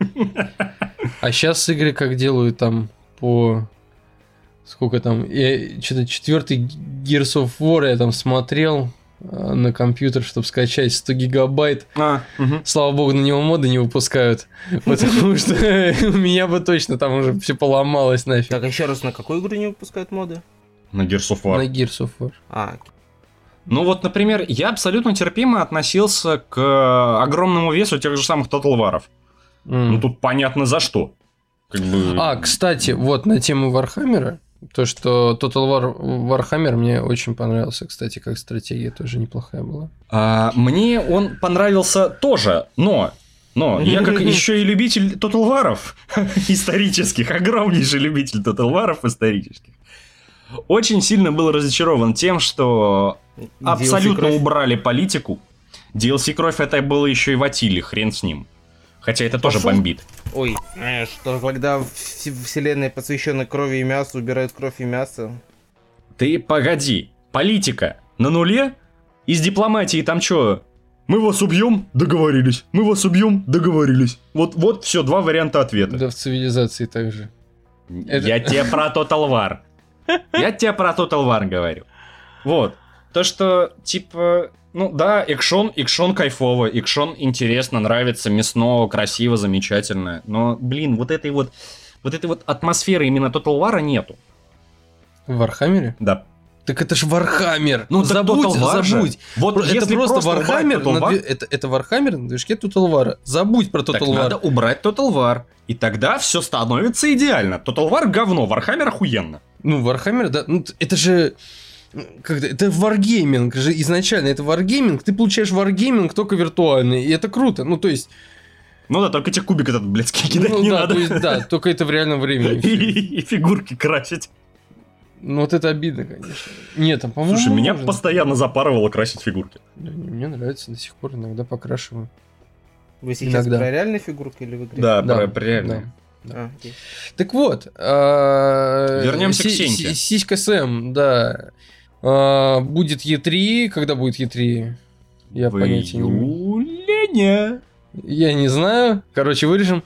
А сейчас игры как делают там по... Сколько там? Я что-то четвертый Gears of War я там смотрел э, на компьютер, чтобы скачать сто гигабайт. А, мгм. Слава богу, на него моды не выпускают. Потому что у меня бы точно там уже все поломалось нафиг. Так, еще раз, на какую игру не выпускают моды? На Gears of War. На Gears of War. А, Ну вот, например, я абсолютно терпимо относился к огромному весу тех же самых Total War'ов. М. Ну тут понятно за что. Как бы... А, кстати, вот на тему Вархаммера. То, что Total War Warhammer мне очень понравился, кстати, как стратегия тоже неплохая была. А, мне он понравился тоже, но... Но я как еще и любитель Total War'ов исторических, огромнейший любитель Total War'ов исторических, очень сильно был разочарован тем, что абсолютно ди эл си-кровь. убрали политику. ди эл си кровь это было еще и в Атиле, хрен с ним. Хотя это тоже Пошел. бомбит. Ой, знаешь, что когда в вс- вселенной, посвященной крови и мясу, убирают кровь и мясо. Ты погоди, политика на нуле? Из дипломатии там что? Мы вас убьем? Договорились. Мы вас убьем? Договорились. Вот, вот все, два варианта ответа. Да, в цивилизации также. Это- Я тебе про Total War. Я тебе про Total War говорю. Вот. То, что, типа, ну да, экшон, экшон кайфово, экшон интересно, нравится, мясно, красиво, замечательно. Но, блин, вот этой вот, вот этой вот атмосферы именно Total War нету. В Вархаммере? Да. Так это ж Warhammer. Ну, так забудь, Total War же. забудь. Вот Про- это если просто убрать Warhammer. Total на War- две- Это, это Warhammer на движке Total War. Забудь про Total Так War. надо убрать Total War. И тогда все становится идеально. Total War говно, Warhammer охуенно. Ну, Warhammer, да. Ну, т- это же... Как это Wargaming же изначально. Это Wargaming. Ты получаешь Wargaming только виртуальный. И это круто. Ну, то есть... Ну да, только тебе кубик этот, блядь, кидать ну, не да, надо. то есть, да, только это в реальном времени. И, и фигурки красить. Ну, вот это обидно, конечно. Нет, там, по-моему, Слушай, меня можно. постоянно запарывало красить фигурки. Да, не, мне нравится, до сих пор иногда покрашиваю. Вы сейчас Иногда. про реальные фигурки или в игре? Да, Да, про, про реально. да. А, окей. Так вот. а, Вернемся к си- Сеньке. си- Сиська Сэм, да. А, Будет и три. Когда будет и три? Я В понятия не имею. июлене. Я не знаю. Короче, вырежем.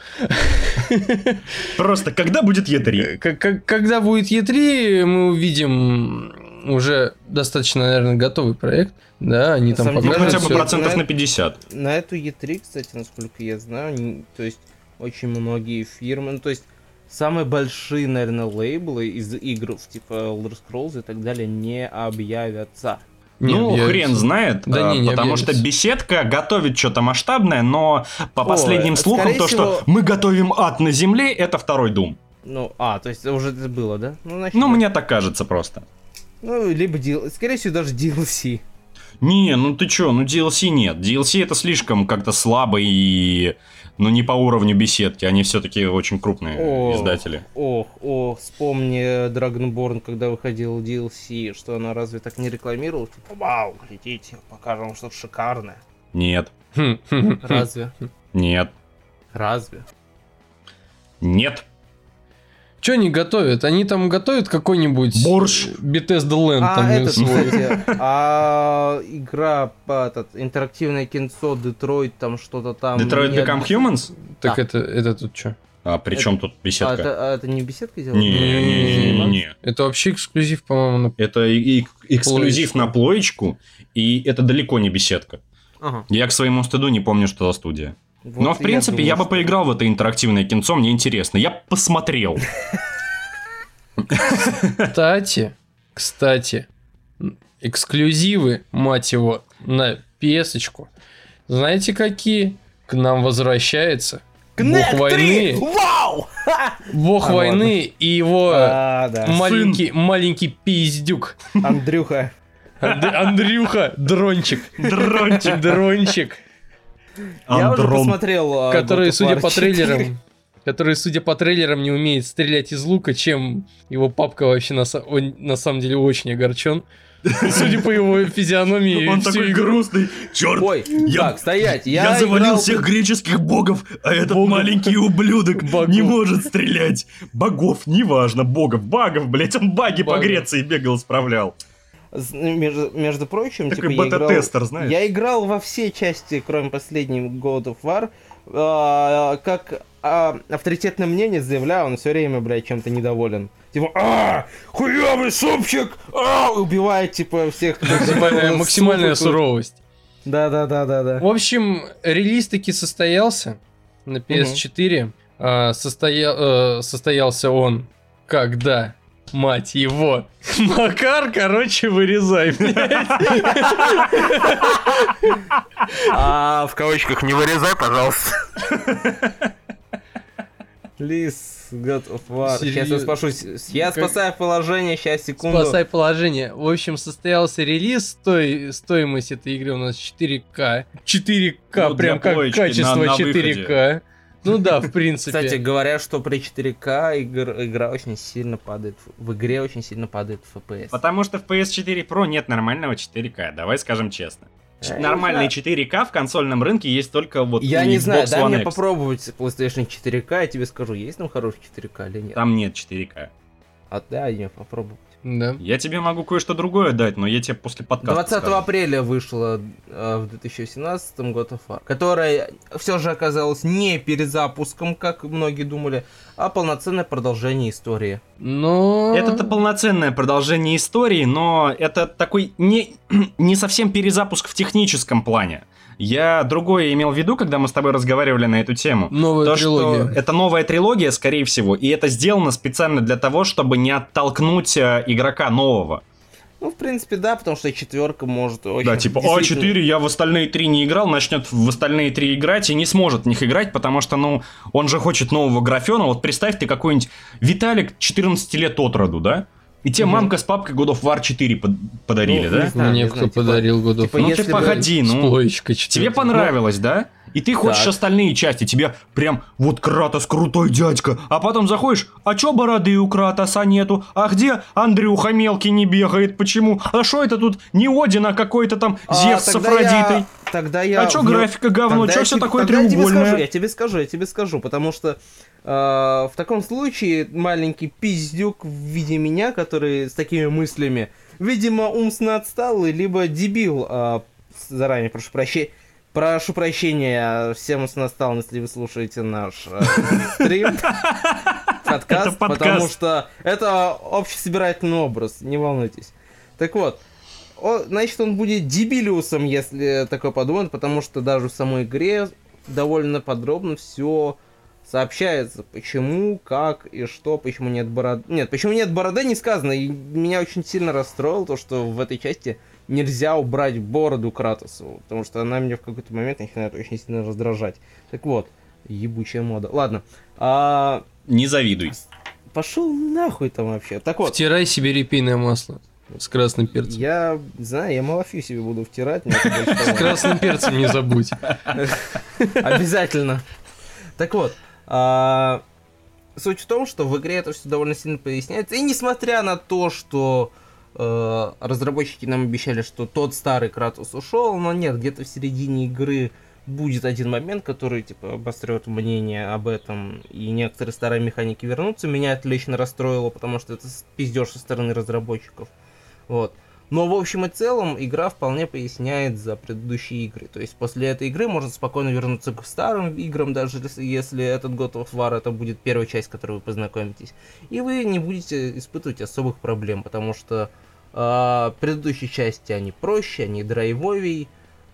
Просто когда будет и три? К- к- Когда будет и три, мы увидим уже достаточно, наверное, готовый проект. Да, они На там самом Ну, деле, покажут. хотя бы всё. процентов На- на пятьдесят. На эту и три, кстати, насколько я знаю, не- то есть очень многие фирмы, ну то есть самые большие, наверное, лейблы из игр, типа Elder Scrolls и так далее, не объявятся. Не Ну, объявится. хрен знает, Да а, не, не потому что объявится. беседка готовит что-то масштабное, но по О, последним слухам, скорее то, всего- что мы готовим ад на земле, это второй Doom. Ну, а, то есть уже это было, да? Ну, значит, Ну, да. мне так кажется просто. Ну, либо, дил- скорее всего, даже ди эл си. Не, ну ты чё, ну ди эл си нет. ди эл си это слишком как-то слабо и... Ну, не по уровню беседки, они все-таки очень крупные Ох, издатели. Ох, ох, вспомни Dragonborn, когда выходил ди эл си, что она разве так не рекламировала? Типа, вау, идите, покажем вам что-то шикарное. Нет, Хм, хм, хм. Разве? нет, Разве? нет. Что они готовят? Они там готовят какой-нибудь... Борщ. Bethesda Land А, там это, свой. кстати, а игра, по- этот, интерактивное кинцо, Детройт, там что-то там... Detroit не Become от- Humans? Так Да. это, это тут что? А при чем тут А беседка? это, а это не беседка делала? Не-не-не-не. Это вообще эксклюзив, по-моему, на... Это и- и- эксклюзив Плоечку. на плоечку, и это далеко не беседка. Ага. Я к своему стыду не помню, что за студия. Вот Но, в принципе, я, думаю, бы что- поиграл в это интерактивное кинцо, мне интересно. Я посмотрел. Кстати, кстати, эксклюзивы, мать его, на пи эс-очку. Знаете какие? К нам возвращается Кнек бог три! войны, Вау! бог А, войны и его А, да. маленький, маленький пиздюк. Андрюха. Анд- Андрюха, дрончик. Дрончик. Дрончик, Я уже Андрон. посмотрел... а, который, God of судя War по четыре. трейлерам, который, судя по трейлерам, не умеет стрелять из лука, чем его папка вообще на, са- он на самом деле очень огорчен. Судя по его физиономии, Он всю такой игру. грустный. Черт, Ой, я- так, стоять. Я, я завалил играл- всех греческих богов, а этот Богов. маленький ублюдок Богов. не может стрелять. Богов, неважно, богов, багов, блять, он баги по Багов. Греции бегал, исправлял. З- Между, между прочим, Такой типа, я играл, бета-тестер, знаешь. я играл во все части, кроме последней God of War. А, как а, авторитетное мнение заявляю, он все время, блядь, чем-то недоволен. Типа, а, хуёвый супчик, а, убивает, типа, всех. Максимальная, максимальная суровость. Да-да-да-да-да. В общем, релиз таки состоялся на пи эс четыре. А, состоя- э, состоялся он, когда, мать его, Макар, короче, вырезай, блядь. А в кавычках не вырезай, пожалуйста. Лис, God of War. Сейчас я Серьёзно? спашусь. Я Как- спасаю положение, сейчас, секунду. Спасай положение. В общем, состоялся релиз. Стой, стоимость этой игры у нас четыре ка. четыре ка, Ну, прям для как плоечки качество на- на четыре ка. Ну да, в принципе. Кстати, говорят, что при четыре ка игр- игра очень сильно падает. В игре очень сильно падает эф пи эс. Потому что в пи эс четыре Pro нет нормального четыре ка, давай скажем честно. Ч- Я не Нормальный знаю. четыре ка в консольном рынке есть только вот Я у не Xbox знаю, дай One мне X. попробовать PlayStation четыре ка, я тебе скажу, есть там хороший четыре ка или нет. Там нет четыре ка. А дай мне попробовать. Да. Я тебе могу кое-что другое дать, но я тебе после подкаста двадцатого скажу. апреля вышла э, в две тысячи восемнадцатом God of War, которая все же оказалась не перезапуском, как многие думали, а полноценное продолжение истории. Но... Это-то полноценное продолжение истории, но это такой не, не совсем перезапуск в техническом плане. Я другое имел в виду, когда мы с тобой разговаривали на эту тему. Новая То, трилогия. что это новая трилогия, скорее всего, и это сделано специально для того, чтобы не оттолкнуть э, игрока нового. Ну, в принципе, да, потому что четверка может очень... Да, типа, а четыре, я в остальные три не играл, начнет в остальные три играть и не сможет в них играть, потому что, ну, он же хочет нового графена. Вот представь, ты какой-нибудь Виталик, четырнадцать лет от роду, да? И тебе угу. мамка с папкой God of War четыре под- подарили, ну, да? Знаю, Мне кто типа, подарил God of War. Типа, ну ты погоди, ну. Тебе понравилось, ну, да? И ты хочешь так. остальные части, тебе прям вот Кратос крутой дядька, а потом заходишь, а чё бороды у Кратоса нету? А где Андрюха мелкий не бегает? Почему? А шо это тут не Один, а какой-то там Зевс а, с Афродитой? Я... Тогда я... А чё ну, графика говно? Чё все такое треугольное? Я тебе скажу, я тебе скажу, потому что э, в таком случае маленький пиздюк в виде меня, который с такими мыслями, видимо, умственно отсталый, либо дебил, э, заранее прошу прощения, Прошу прощения всем с настал, если вы слушаете наш э, стрим, подкаст, потому что это общесобирательный образ, не волнуйтесь. Так вот, о, значит, он будет дебилиусом, если такое подумать, потому что даже в самой игре довольно подробно все сообщается, почему, как и что, почему нет бороды. Нет, почему нет бороды не сказано, и меня очень сильно расстроило то, что в этой части нельзя убрать бороду Кратосу, потому что она меня в какой-то момент начинает очень сильно раздражать. Так вот, ебучая мода. Ладно. А... Не завидуй. Пошел нахуй там вообще. Так вот. Втирай себе репейное масло с красным перцем. Я, знаю, я малафью себе буду втирать. С красным перцем не забудь. Обязательно. Так вот. Суть в том, что в игре это все довольно сильно поясняется. И несмотря на то, что разработчики нам обещали, что тот старый Кратос ушел, но нет, где-то в середине игры будет один момент, который, типа, обострет мнение об этом, и некоторые старые механики вернутся. Меня это лично расстроило, потому что это пиздеж со стороны разработчиков. Вот. Но в общем и целом игра вполне поясняет за предыдущие игры. То есть после этой игры можно спокойно вернуться к старым играм, даже если, если этот God of War это будет первая часть, с которой вы познакомитесь. И вы не будете испытывать особых проблем, потому что э, предыдущие части они проще, они драйвовей,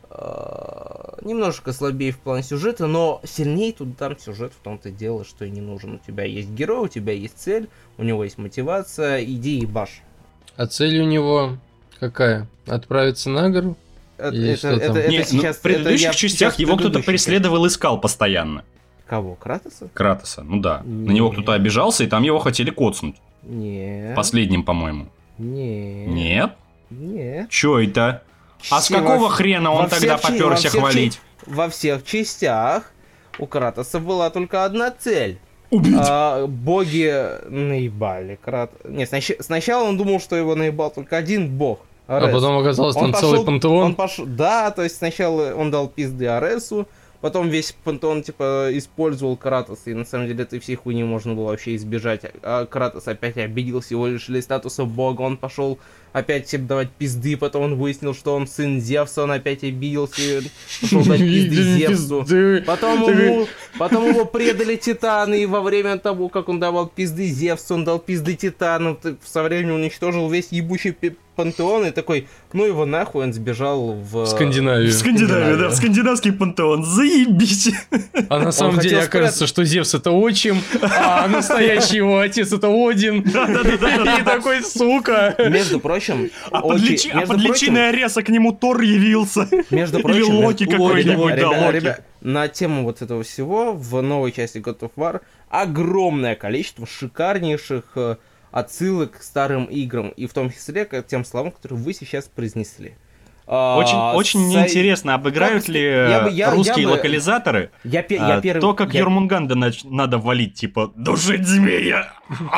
э, немножко слабее в плане сюжета, но сильнее тут там сюжет в том-то дело, что и не нужен. У тебя есть герой, у тебя есть цель, у него есть мотивация, иди и баш. А цель у него... Какая? Отправиться на гору? Это, это, это, это Нет, сейчас, ну, в предыдущих это частях его кто-то преследовал, искал постоянно. Кого? Кратоса? Кратоса, ну да. Нет. На него кто-то обижался, и там его хотели коцнуть. Нет. Последним, по-моему. Нет. Нет? Нет. Чё это? А с какого во, хрена он тогда попёрся хвалить? Во всех частях у Кратоса была только одна цель. Убить! А, боги наебали Крат... Нет, снач... сначала он думал, что его наебал только один бог. Арес. А потом оказалось, он там пошел, целый пантеон. Он пошел... Да, то есть сначала он дал пизды Аресу, потом весь пантеон, типа, использовал Кратоса, и на самом деле этой всей хуйни можно было вообще избежать. А Кратос опять обиделся, его лишили статуса бога, он пошел опять всем давать пизды, потом он выяснил, что он сын Зевса, он опять обиделся и пошел дать пизды Зевсу. Потом ему, потом его предали Титаны, и во время того, как он давал пизды Зевсу, он дал пизды Титанам, со временем уничтожил весь ебучий пантеон, и такой, ну его нахуй, он сбежал в... Скандинавию. В Скандинавию, да, в скандинавский пантеон, заебись. А на самом деле окажется, что Зевс это отчим, а настоящий его отец это Один. И такой, сука. Между прочим, А под личиной Ареса к нему Тор явился. Между прочим, или Локи какой-нибудь, да, Локи. Ребят, на тему вот этого всего в новой части God of War огромное количество шикарнейших отсылок к старым играм, и в том числе к тем словам, которые вы сейчас произнесли. Очень, а, очень мне Сай... интересно, обыграют как... ли я бы, я, русские я бы... локализаторы я, я а, первый... то, как я... Йормунганда нач... надо валить, типа, душить змея.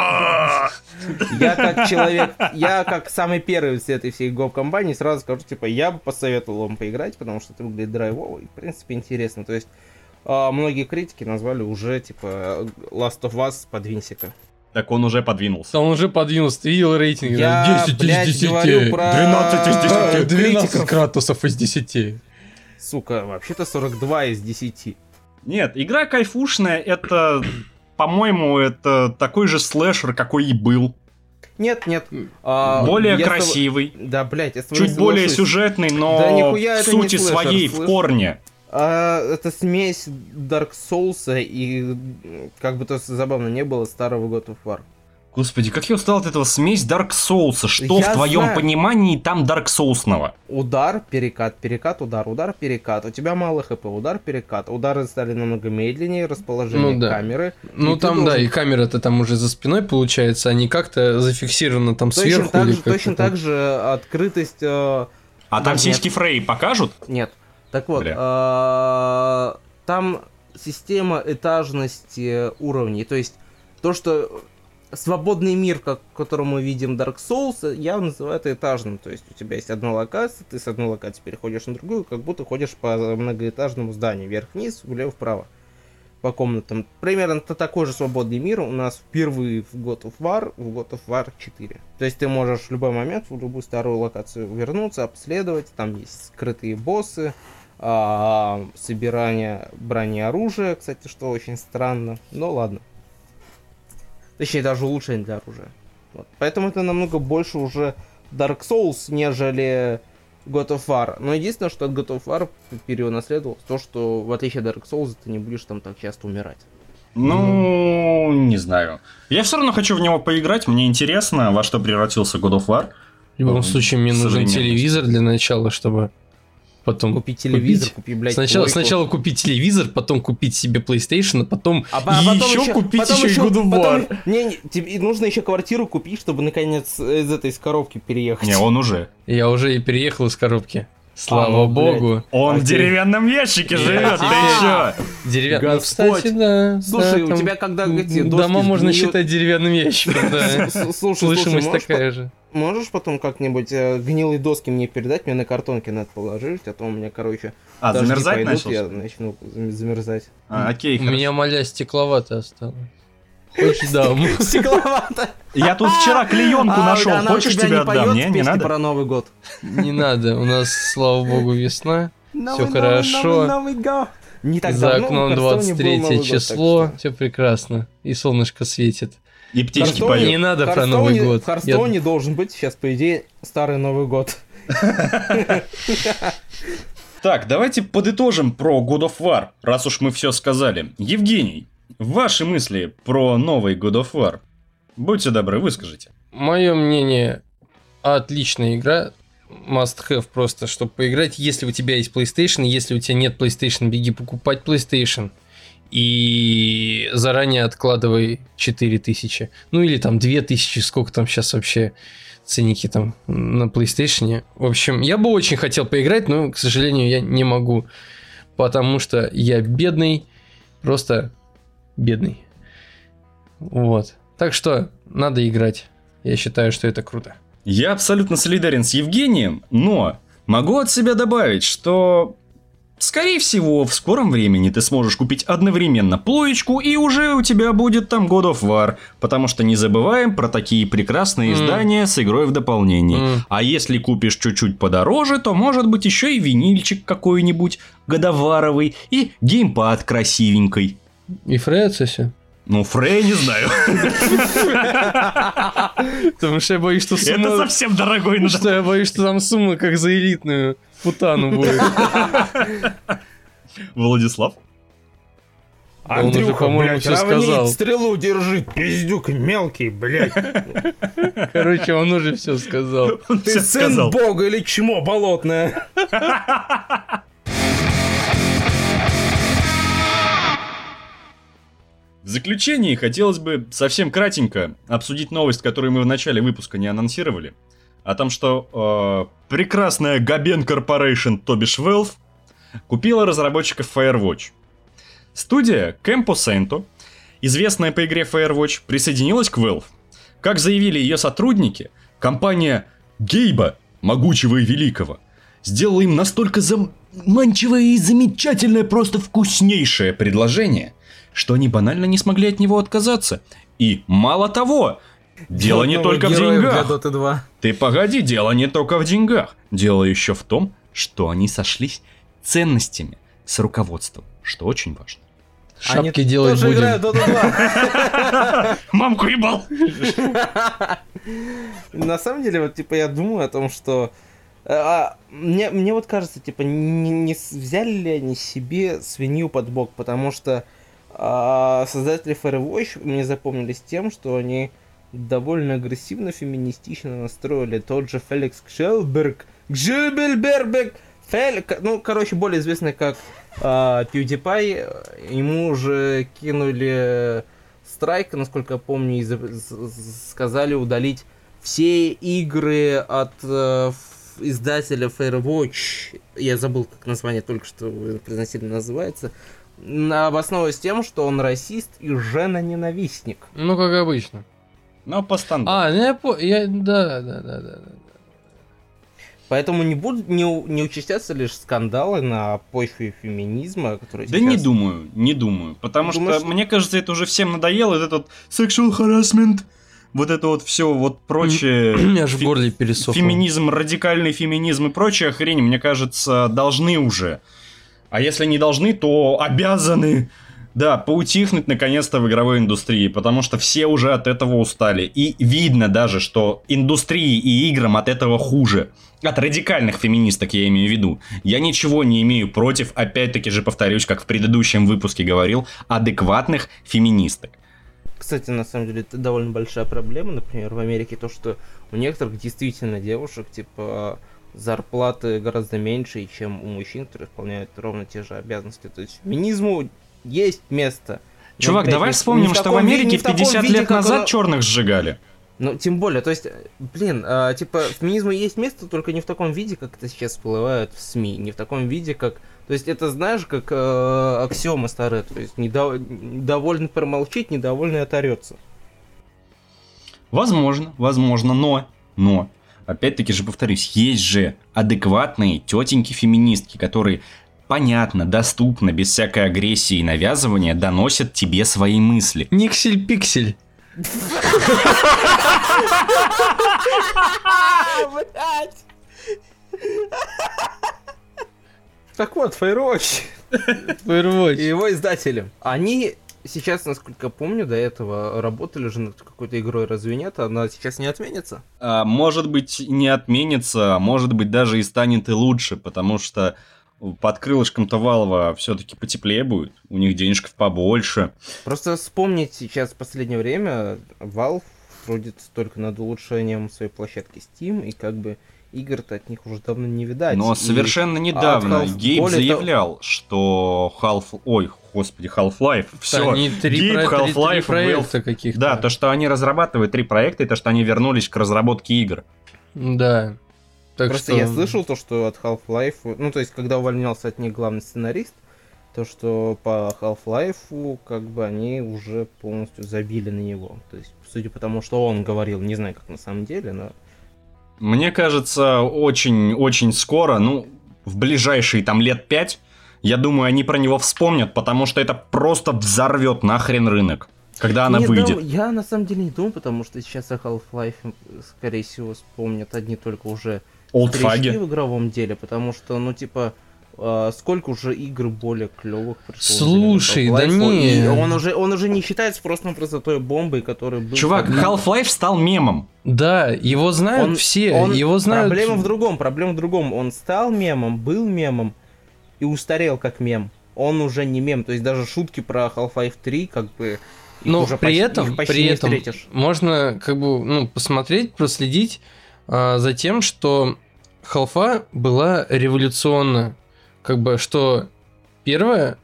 Я как человек, я как самый первый из этой всей гоп-компании сразу скажу, типа, я бы посоветовал вам поиграть, потому что это выглядит драйвово и, в принципе, интересно. То есть, многие критики назвали уже, типа, Last of Us подвинься-ка. Так он уже подвинулся. Он уже подвинулся, ты видел рейтинг? Я, десять блядь, из десяти. говорю про... двенадцать из десяти. двенадцать Кратосов из десяти. Сука, вообще-то сорок два из десяти. Нет, игра кайфушная, это, по-моему, это такой же слэшер, какой и был. Нет, нет. А, более красивый. Тобой... Да, блядь, я с чуть более сюжетный, но да, в сути слэшер, своей, слэшер. В корне. А, это смесь Dark Souls и, как бы то забавно не было, старого God of War. Господи, как я устал от этого смесь Dark Souls. Что Я в твоем знаю. понимании там Dark Soulsного? Удар, перекат, перекат, удар, удар, перекат. У тебя мало хп, удар, перекат. Удары стали намного медленнее, расположение Ну да. камеры. Ну И ты там, да, должен- и камера-то там уже за спиной получается, а не как-то зафиксирована там Точно сверху так, или же, как-то точно там. так же открытость... э, А там нет. сиськи Фрей покажут? Нет. Так вот, Бля. э, там система этажности уровней. То есть то, что свободный мир, как, в котором мы видим Dark Souls, я называю это этажным. То есть у тебя есть одна локация, ты с одной локации переходишь на другую, как будто ходишь по многоэтажному зданию. Вверх-вниз, влево-вправо. По комнатам. Примерно это такой же свободный мир у нас впервые в God of War, в God of War четыре. То есть ты можешь в любой момент в любую старую локацию вернуться, обследовать. Там есть скрытые боссы, а, собирание брони и оружия, кстати, что очень странно. Но ладно. Точнее, даже улучшение для оружия. Вот. Поэтому это намного больше уже Dark Souls, нежели God of War. Но единственное, что от God of War переунаследовалось, то, что в отличие от Dark Souls ты не будешь там так часто умирать. Ну, не знаю. Я все равно хочу в него поиграть, мне интересно, во что превратился God of War. В любом Ну, случае, мне нужен современность. телевизор для начала, чтобы потом Купить телевизор, купить. купить, блядь, Сначала, плойку. сначала купить телевизор, потом купить себе PlayStation, а потом А, по- а потом еще купить потом еще и God of потом- War. Не, не, тебе нужно еще квартиру купить, чтобы наконец из этой из коробки переехать. Не, он уже. Я уже и переехал из коробки. Слава ну, блядь. богу. Он Окей. в деревянном ящике Я живет, ты теперь- чё? Деревянный. Ну, Господь. кстати, да. Слушай, да, у там тебя когда эти доски дома можно сгниют- считать деревянным ящиком, да. С- с- Слушай, Слышимость слушай, можешь такая же. Можешь потом как-нибудь э, гнилые доски мне передать, мне на картонке надо положить, а то у меня, короче, А, дожди замерзать пойдут, начал? я начну зам- замерзать. А, окей, У хорошо. меня моля стекловато осталось. Хочешь, дам. Стекловато. Я тут вчера клеенку А, нашел, она у хочешь тебя тебе не отдам? поет Не, не песни надо. про Новый год? Не надо, у нас, слава богу, весна. Новый, новый, хорошо. Новый, Новый год. Не так За давно в окном Херсоне был двадцать Новый третье год, число, так что- все прекрасно. И солнышко светит. И птички Хардстоун- поют. Не надо В про Новый Хардстоуне- год. В Хардстоуне должен быть сейчас, по идее, старый Новый год. Так, давайте подытожим про God of War, раз уж мы все сказали. Евгений, ваши мысли про новый God of War? Будьте добры, выскажите. Мое мнение, отличная игра. Must have просто, чтобы поиграть. Если у тебя есть PlayStation, если у тебя нет PlayStation, беги покупать PlayStation. И заранее откладывай четыре тысячи. Ну или там две тысячи, сколько там сейчас вообще ценники там на PlayStation. В общем, я бы очень хотел поиграть, но, к сожалению, я не могу. Потому что я бедный. Просто бедный. Вот. Так что надо играть. Я считаю, что это круто. Я абсолютно солидарен с Евгением, но могу от себя добавить, что, скорее всего, в скором времени ты сможешь купить одновременно плоечку, и уже у тебя будет там God of War, потому что не забываем про такие прекрасные Mm. издания с игрой в дополнении. Mm. А если купишь чуть-чуть подороже, то может быть еще и винильчик какой-нибудь годоваровый и геймпад красивенький. И Фрей отсоси? Ну, Фрей не знаю. Потому что я боюсь, что Это сумма... совсем дорогой надо. Что я боюсь, что там сумма как за элитную путану будет. Владислав? Он уже, по-моему, все сказал. стрелу держи, пиздюк мелкий, блядь. Короче, он уже все сказал. Он Ты всё сын сказал. бога или чмо болотное? В заключении хотелось бы совсем кратенько обсудить новость, которую мы в начале выпуска не анонсировали. О том, что э, прекрасная Gaben Corporation, то бишь Valve, купила разработчиков Firewatch. Студия Campo Santo, известная по игре Firewatch, присоединилась к Valve. Как заявили ее сотрудники, компания Гейба, могучего и великого, сделала им настолько заманчивое и замечательное, просто вкуснейшее предложение, что они банально не смогли от него отказаться. И мало того, дело не только в деньгах. Для Dota два. Ты погоди, дело не только в деньгах. Дело еще в том, что они сошлись ценностями с руководством, что очень важно. Шапки Они делать тоже будем. играют в Dota два. Мамку ебал! На самом деле, вот, типа, я думаю о том, что... а, мне, мне вот кажется, типа, не, не с- взяли ли они себе свинью под бок, потому что а, создатели Firewatch мне запомнились тем, что они довольно агрессивно, феминистично настроили. Тот же Феликс Гжельберг, Гжельберг, Фель... ну, короче, более известный как э, PewDiePie, ему уже кинули страйк, насколько я помню, и за... сказали удалить все игры от э, издателя Firewatch, я забыл, как название только что произносили называется, обосновываясь тем, что он расист и женоненавистник. Ну, как обычно. Ну, по стандарту. А, ну я по... Я... Да, да, да, да. Поэтому не будут не, не участятся лишь скандалы на почве феминизма, которые Да сейчас... не думаю, не думаю. Потому Думаешь, что, мне кажется, это уже всем надоело. Вот этот sexual harassment, вот это вот все вот прочее... У меня аж в горле пересохло. Феминизм, радикальный феминизм и прочая хрень, мне кажется, должны уже. А если не должны, то обязаны, да, поутихнуть наконец-то в игровой индустрии, потому что все уже от этого устали. И видно даже, что индустрии и играм от этого хуже. От радикальных феминисток я имею в виду. Я ничего не имею против, опять-таки же повторюсь, как в предыдущем выпуске говорил, адекватных феминисток. Кстати, на самом деле, это довольно большая проблема, например, в Америке, то, что у некоторых действительно девушек, типа, зарплаты гораздо меньше, чем у мужчин, которые выполняют ровно те же обязанности. То есть феминизму есть место. Чувак, Но, давай не, вспомним, не в что в таком ви- Америке не в таком пятьдесят виде, лет как назад оно- черных сжигали. Ну, тем более, то есть, блин, а, типа, феминизму есть место, только не в таком виде, как это сейчас всплывает в СМИ, не в таком виде, как... То есть, это, знаешь, как э, аксиома старая, то есть, недо... довольный промолчит, недовольный оторется. Возможно, возможно, но, но, опять-таки же повторюсь, есть же адекватные тетеньки-феминистки, которые понятно, доступно, без всякой агрессии и навязывания доносят тебе свои мысли. Никсель-пиксель. Так вот, Firewatch Firewatch. и его издатели. Они сейчас, насколько я помню, до этого работали же над какой-то игрой, разве нет? Она сейчас не отменится? А, может быть, не отменится, а может быть, даже и станет и лучше, потому что под крылышком-то Valve все-таки потеплее будет, у них денежков побольше. Просто вспомнить сейчас в последнее время Valve трудится только над улучшением своей площадки Steam, и как бы игр-то от них уже давно не видать. Но И совершенно недавно Half- Гейб более заявлял, что Half... Ой, господи, Half-Life, все. Они три, Гейб, про... три- три Half-Life, проекта Valve. каких-то. Да, то, что они разрабатывают три проекта, и то, что они вернулись к разработке игр. Да. Так Просто что... я слышал то, что от Half-Life, ну то есть когда увольнялся от них главный сценарист, то что по Half-Life как бы они уже полностью забили на него. То есть, судя по тому, что он говорил, не знаю, как на самом деле, но... Мне кажется, очень-очень скоро, ну, в ближайшие там лет пять, я думаю, они про него вспомнят, потому что это просто взорвет нахрен рынок, когда она Не, выйдет. да, я на самом деле не думаю, потому что сейчас о Half-Life, скорее всего, вспомнят одни только уже Олдфаги. старички в игровом деле, потому что, ну, типа, э, сколько уже игр более клевых пришло. Слушай, да не. И он уже, он уже не считается просто-напросто той бомбой, которая был... Чувак, когда- Half-Life стал мемом. Да, его знают Он- все, он- его знают... Проблема в другом, проблема в другом. Он стал мемом, был мемом и устарел как мем. Он уже не мем, то есть даже шутки про Half-Life три, как бы... их Но уже при почти- этом, их почти при не этом встретишь. можно как бы ну, посмотреть, проследить а, за тем, что Half-Life была революционна. Как бы, что первая,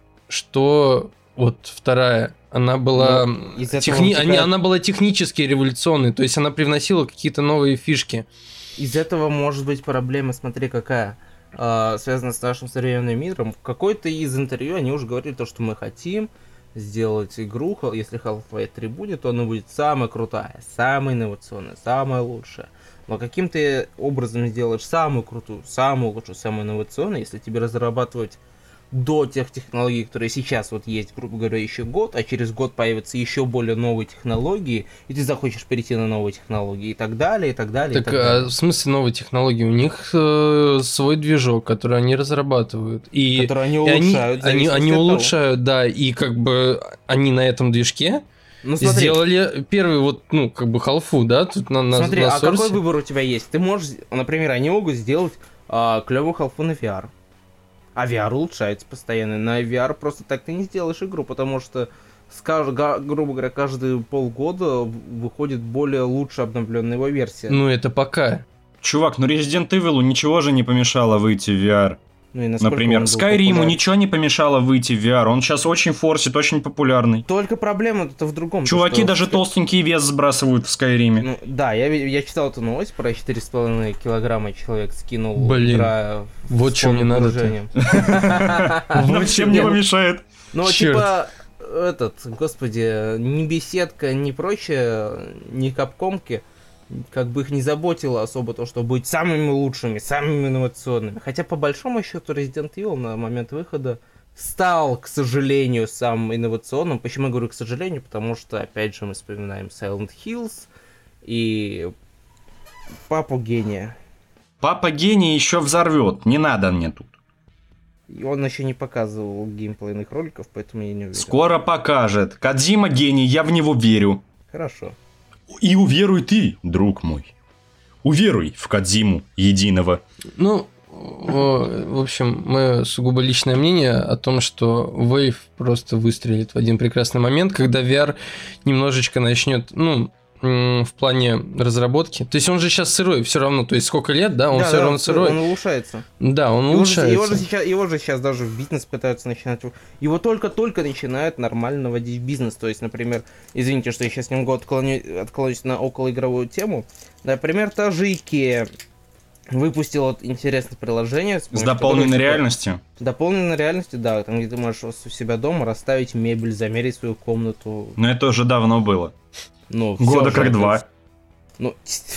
что вот вторая, она была, Ну, из этого техни... вытекает- они- она была технически революционной, то есть она привносила какие-то новые фишки. Из этого может быть проблема, смотри, какая, э, связана с нашим современным миром. В какой-то из интервью они уже говорили то, что мы хотим сделать игру, хал- если Half-Life три будет, то она будет самая крутая, самая инновационная, самая лучшая. Но каким ты образом сделаешь самую крутую, самую лучшую, самую инновационную, если тебе разрабатывать до тех технологий, которые сейчас вот есть, грубо говоря, еще год, а через год появятся еще более новые технологии, и ты захочешь перейти на новые технологии и так далее, и так далее. и Так, так далее. а в смысле новые технологии? У них э, свой движок, который они разрабатывают. И, Которые они и они, улучшают. в они, зависимости они от того. улучшают, да, и как бы они на этом движке Ну смотри, сделали первый вот, ну, как бы халфу, да, тут на, на, смотри, на а какой сорсе. выбор у тебя есть? Ты можешь, например, они могут сделать а, клевую халфу на ви ар. А ви ар улучшается постоянно. На ви ар просто так ты не сделаешь игру, потому что с кажд- га- грубо говоря, каждые полгода выходит более лучше обновленная его версия. Ну, это пока. Чувак, ну Resident Evil ничего же не помешало выйти в ви ар. Ну, и насколько Например, он был Skyrim популярен. ничего не помешало выйти в ви ар. Он сейчас очень форсит, очень популярный. Только проблема-то в другом. то, Чуваки что даже в- толстенький вес сбрасывают в Скайриме. Ну, да, я, ви- я читал эту новость про четыре с половиной килограмма человек скинул. Блин, играя вот с чё мне полным надо-то. погружением. Нам всем не помешает. Ну, Чёрт. типа, этот, господи, ни беседка, ни прочее, ни капкомки, как бы их не заботило особо то, что быть самыми лучшими, самыми инновационными. Хотя, по большому счету, Resident Evil на момент выхода стал, к сожалению, самым инновационным. Почему я говорю к сожалению? Потому что, опять же, мы вспоминаем Silent Hills и Папу Гения. Папа гений еще взорвет. Не надо мне тут. И он еще не показывал геймплейных роликов, поэтому я не уверен. Скоро покажет. Кодзима гений, я в него верю. Хорошо. И уверуй ты, друг мой. Уверуй в Кодзиму единого. Ну, в в общем, мое сугубо личное мнение о том, что Valve просто выстрелит в один прекрасный момент, когда ви ар немножечко начнет, ну, м, в плане разработки. То есть он же сейчас сырой все равно, то есть сколько лет, да, он Да, все да, равно сырой. Он улучшается. Да, он Его же, улучшается. его, же сейчас, его же сейчас даже в бизнес пытаются начинать. Его только-только начинают нормально вводить в бизнес. То есть, например, извините, что я сейчас немного отклоню, отклонюсь на околоигровую тему. Например, та же Икея выпустила вот интересное приложение. С дополненной реальностью. С дополненной реальностью, да. Там, где ты можешь у себя дома расставить мебель, замерить свою комнату. Но это уже давно было. Ну, всё Года же как это- два. Ну,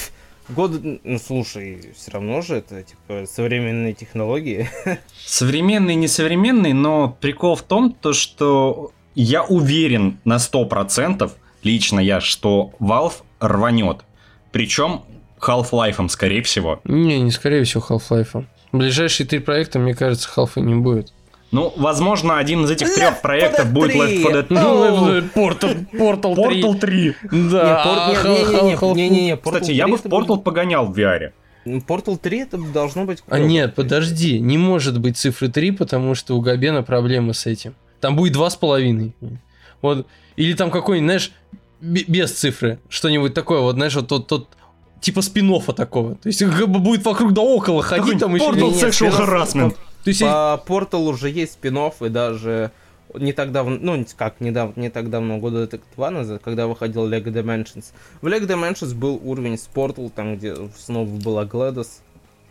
годы, ну, слушай, все равно же это, типа, современные технологии. Современный, несовременный, но прикол в том, то, что я уверен на сто процентов, лично я, что Valve рванет. Причем Half-Life'ом, скорее всего. Не, не скорее всего Half-Life. Ближайшие три проекта, мне кажется, Half не будет. Ну, возможно, один из этих трех Left проектов four Dead будет Left four Dead. три. Ну, Portal, Portal три. Portal три. Да, Не, пор- не, не, не, не, не, Portal Кстати, я бы в три это Portal будет- погонял в ви ар. Portal три это должно быть... А нет, подожди, не может быть цифры три, потому что у Габена проблемы с этим. Там будет два с половиной. Вот. Или там какой-нибудь, знаешь, б- без цифры, что-нибудь такое, вот, знаешь, вот тот, тот типа спин-оффа такого. То есть как бы будет вокруг да около ходить, там еще... Portal Не, не, Sexual спин-офф- Harassment. То есть, По Portal уже есть спин-офф, и даже не так давно, ну, как, недавно, не так давно, года так два назад, когда выходил Lego Dimensions. В Lego Dimensions был уровень с Portal, там, где снова была Гладос,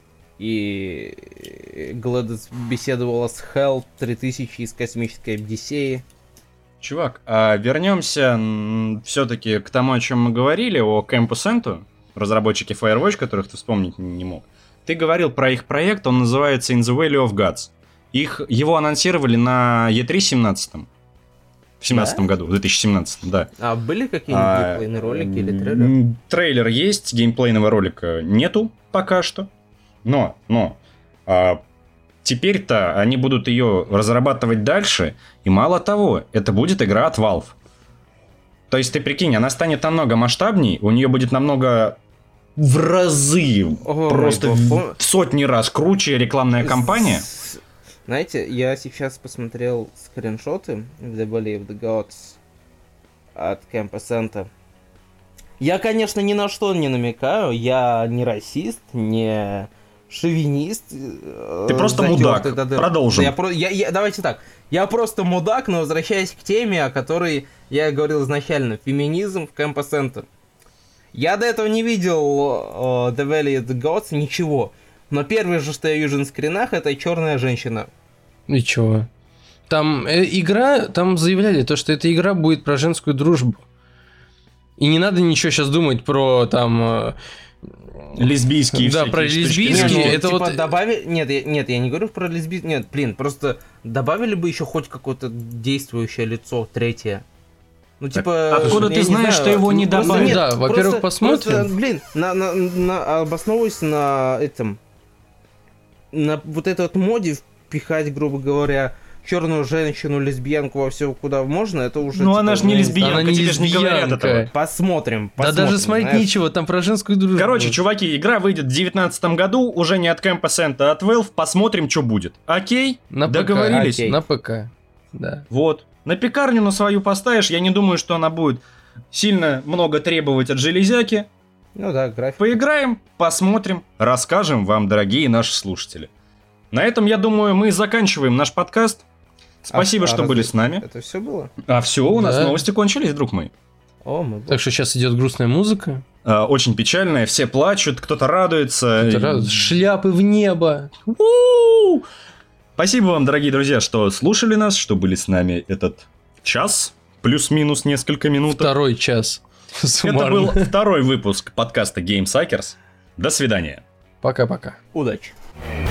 и Гладос беседовала с Hell три тысячи из Космической Одиссеи. Чувак, а вернемся все-таки к тому, о чем мы говорили, о Campus Enthu, разработчики Firewatch, которых ты вспомнить не мог. Ты говорил про их проект, он называется In the Valley of Gods. Их, его анонсировали на и три семнадцатом. В семнадцатом году, в две тысячи семнадцатом, да. А были какие-нибудь А, геймплейные ролики или м, трейлер? Трейлер есть, геймплейного ролика нету пока что. Но, но, а, теперь-то они будут ее разрабатывать дальше, и мало того, это будет игра от Valve. То есть ты прикинь, она станет намного масштабней, у нее будет намного в разы, О, просто мой в, бог. в сотни раз круче рекламная кампания. С- Знаете, я сейчас посмотрел скриншоты в The Valley of the Gods от Campus Enthu. Я, конечно, ни на что не намекаю, я не расист, не шовинист. Ты просто мудак. Продолжим. Я, про- я- я- давайте так. Я просто мудак, но возвращаясь к теме, о которой я говорил изначально. Феминизм в Campus Enthu. Я до этого не видел э, The Valley of the Gods, ничего. Но первое же, что я вижу на скринах, это черная женщина. и чего? Там э, игра, там заявляли то, что эта игра будет про женскую дружбу. И не надо ничего сейчас думать про там... э, Лесбийские Да, всякие про штучки. лесбийские, Ну, Не, ну, это типа, вот- добавили... Нет, я, нет, я не говорю про лесбийские... Нет, блин, просто добавили бы еще хоть какое-то действующее лицо третье. Ну, типа... откуда я ты не знаешь, знаю, что его не просто добавили? нет, Да, во-первых, просто- посмотрим. просто, блин, на, на, на- обосновываясь на этом... На вот этой вот моде впихать, грубо говоря, черную женщину, лесбиянку во все куда можно, это уже... Ну, типа, она ж не ну, лесбиянка, Она не тебе же не говорят лесбиянка. этого. Посмотрим, Да посмотрим. даже смотреть знаешь. нечего, там про женскую дружбу. Короче, чуваки, игра выйдет в две тысячи девятнадцатом году, уже не от Campus Enthu, а от Valve, посмотрим, что будет. Окей? на ПК. Договорились? Окей. На ПК, да. Вот. На пекарню на свою поставишь, я не думаю, что она будет сильно много требовать от железяки. Ну да, график. Поиграем, посмотрим, расскажем вам, дорогие наши слушатели. На этом, я думаю, мы заканчиваем наш подкаст. Спасибо, А- что а были разве с нами. Это все было? А все, у нас Да. новости кончились, друг мой. О, мы... Так что сейчас идет грустная музыка. А, очень печальная, все плачут, кто-то радуется. Это раз- Шляпы в небо. У-у-у! Спасибо вам, дорогие друзья, что слушали нас, что были с нами этот час, плюс-минус несколько минут. Второй час. Это Суммарно. был второй выпуск подкаста GameSuckers. До свидания. Пока-пока. Удачи.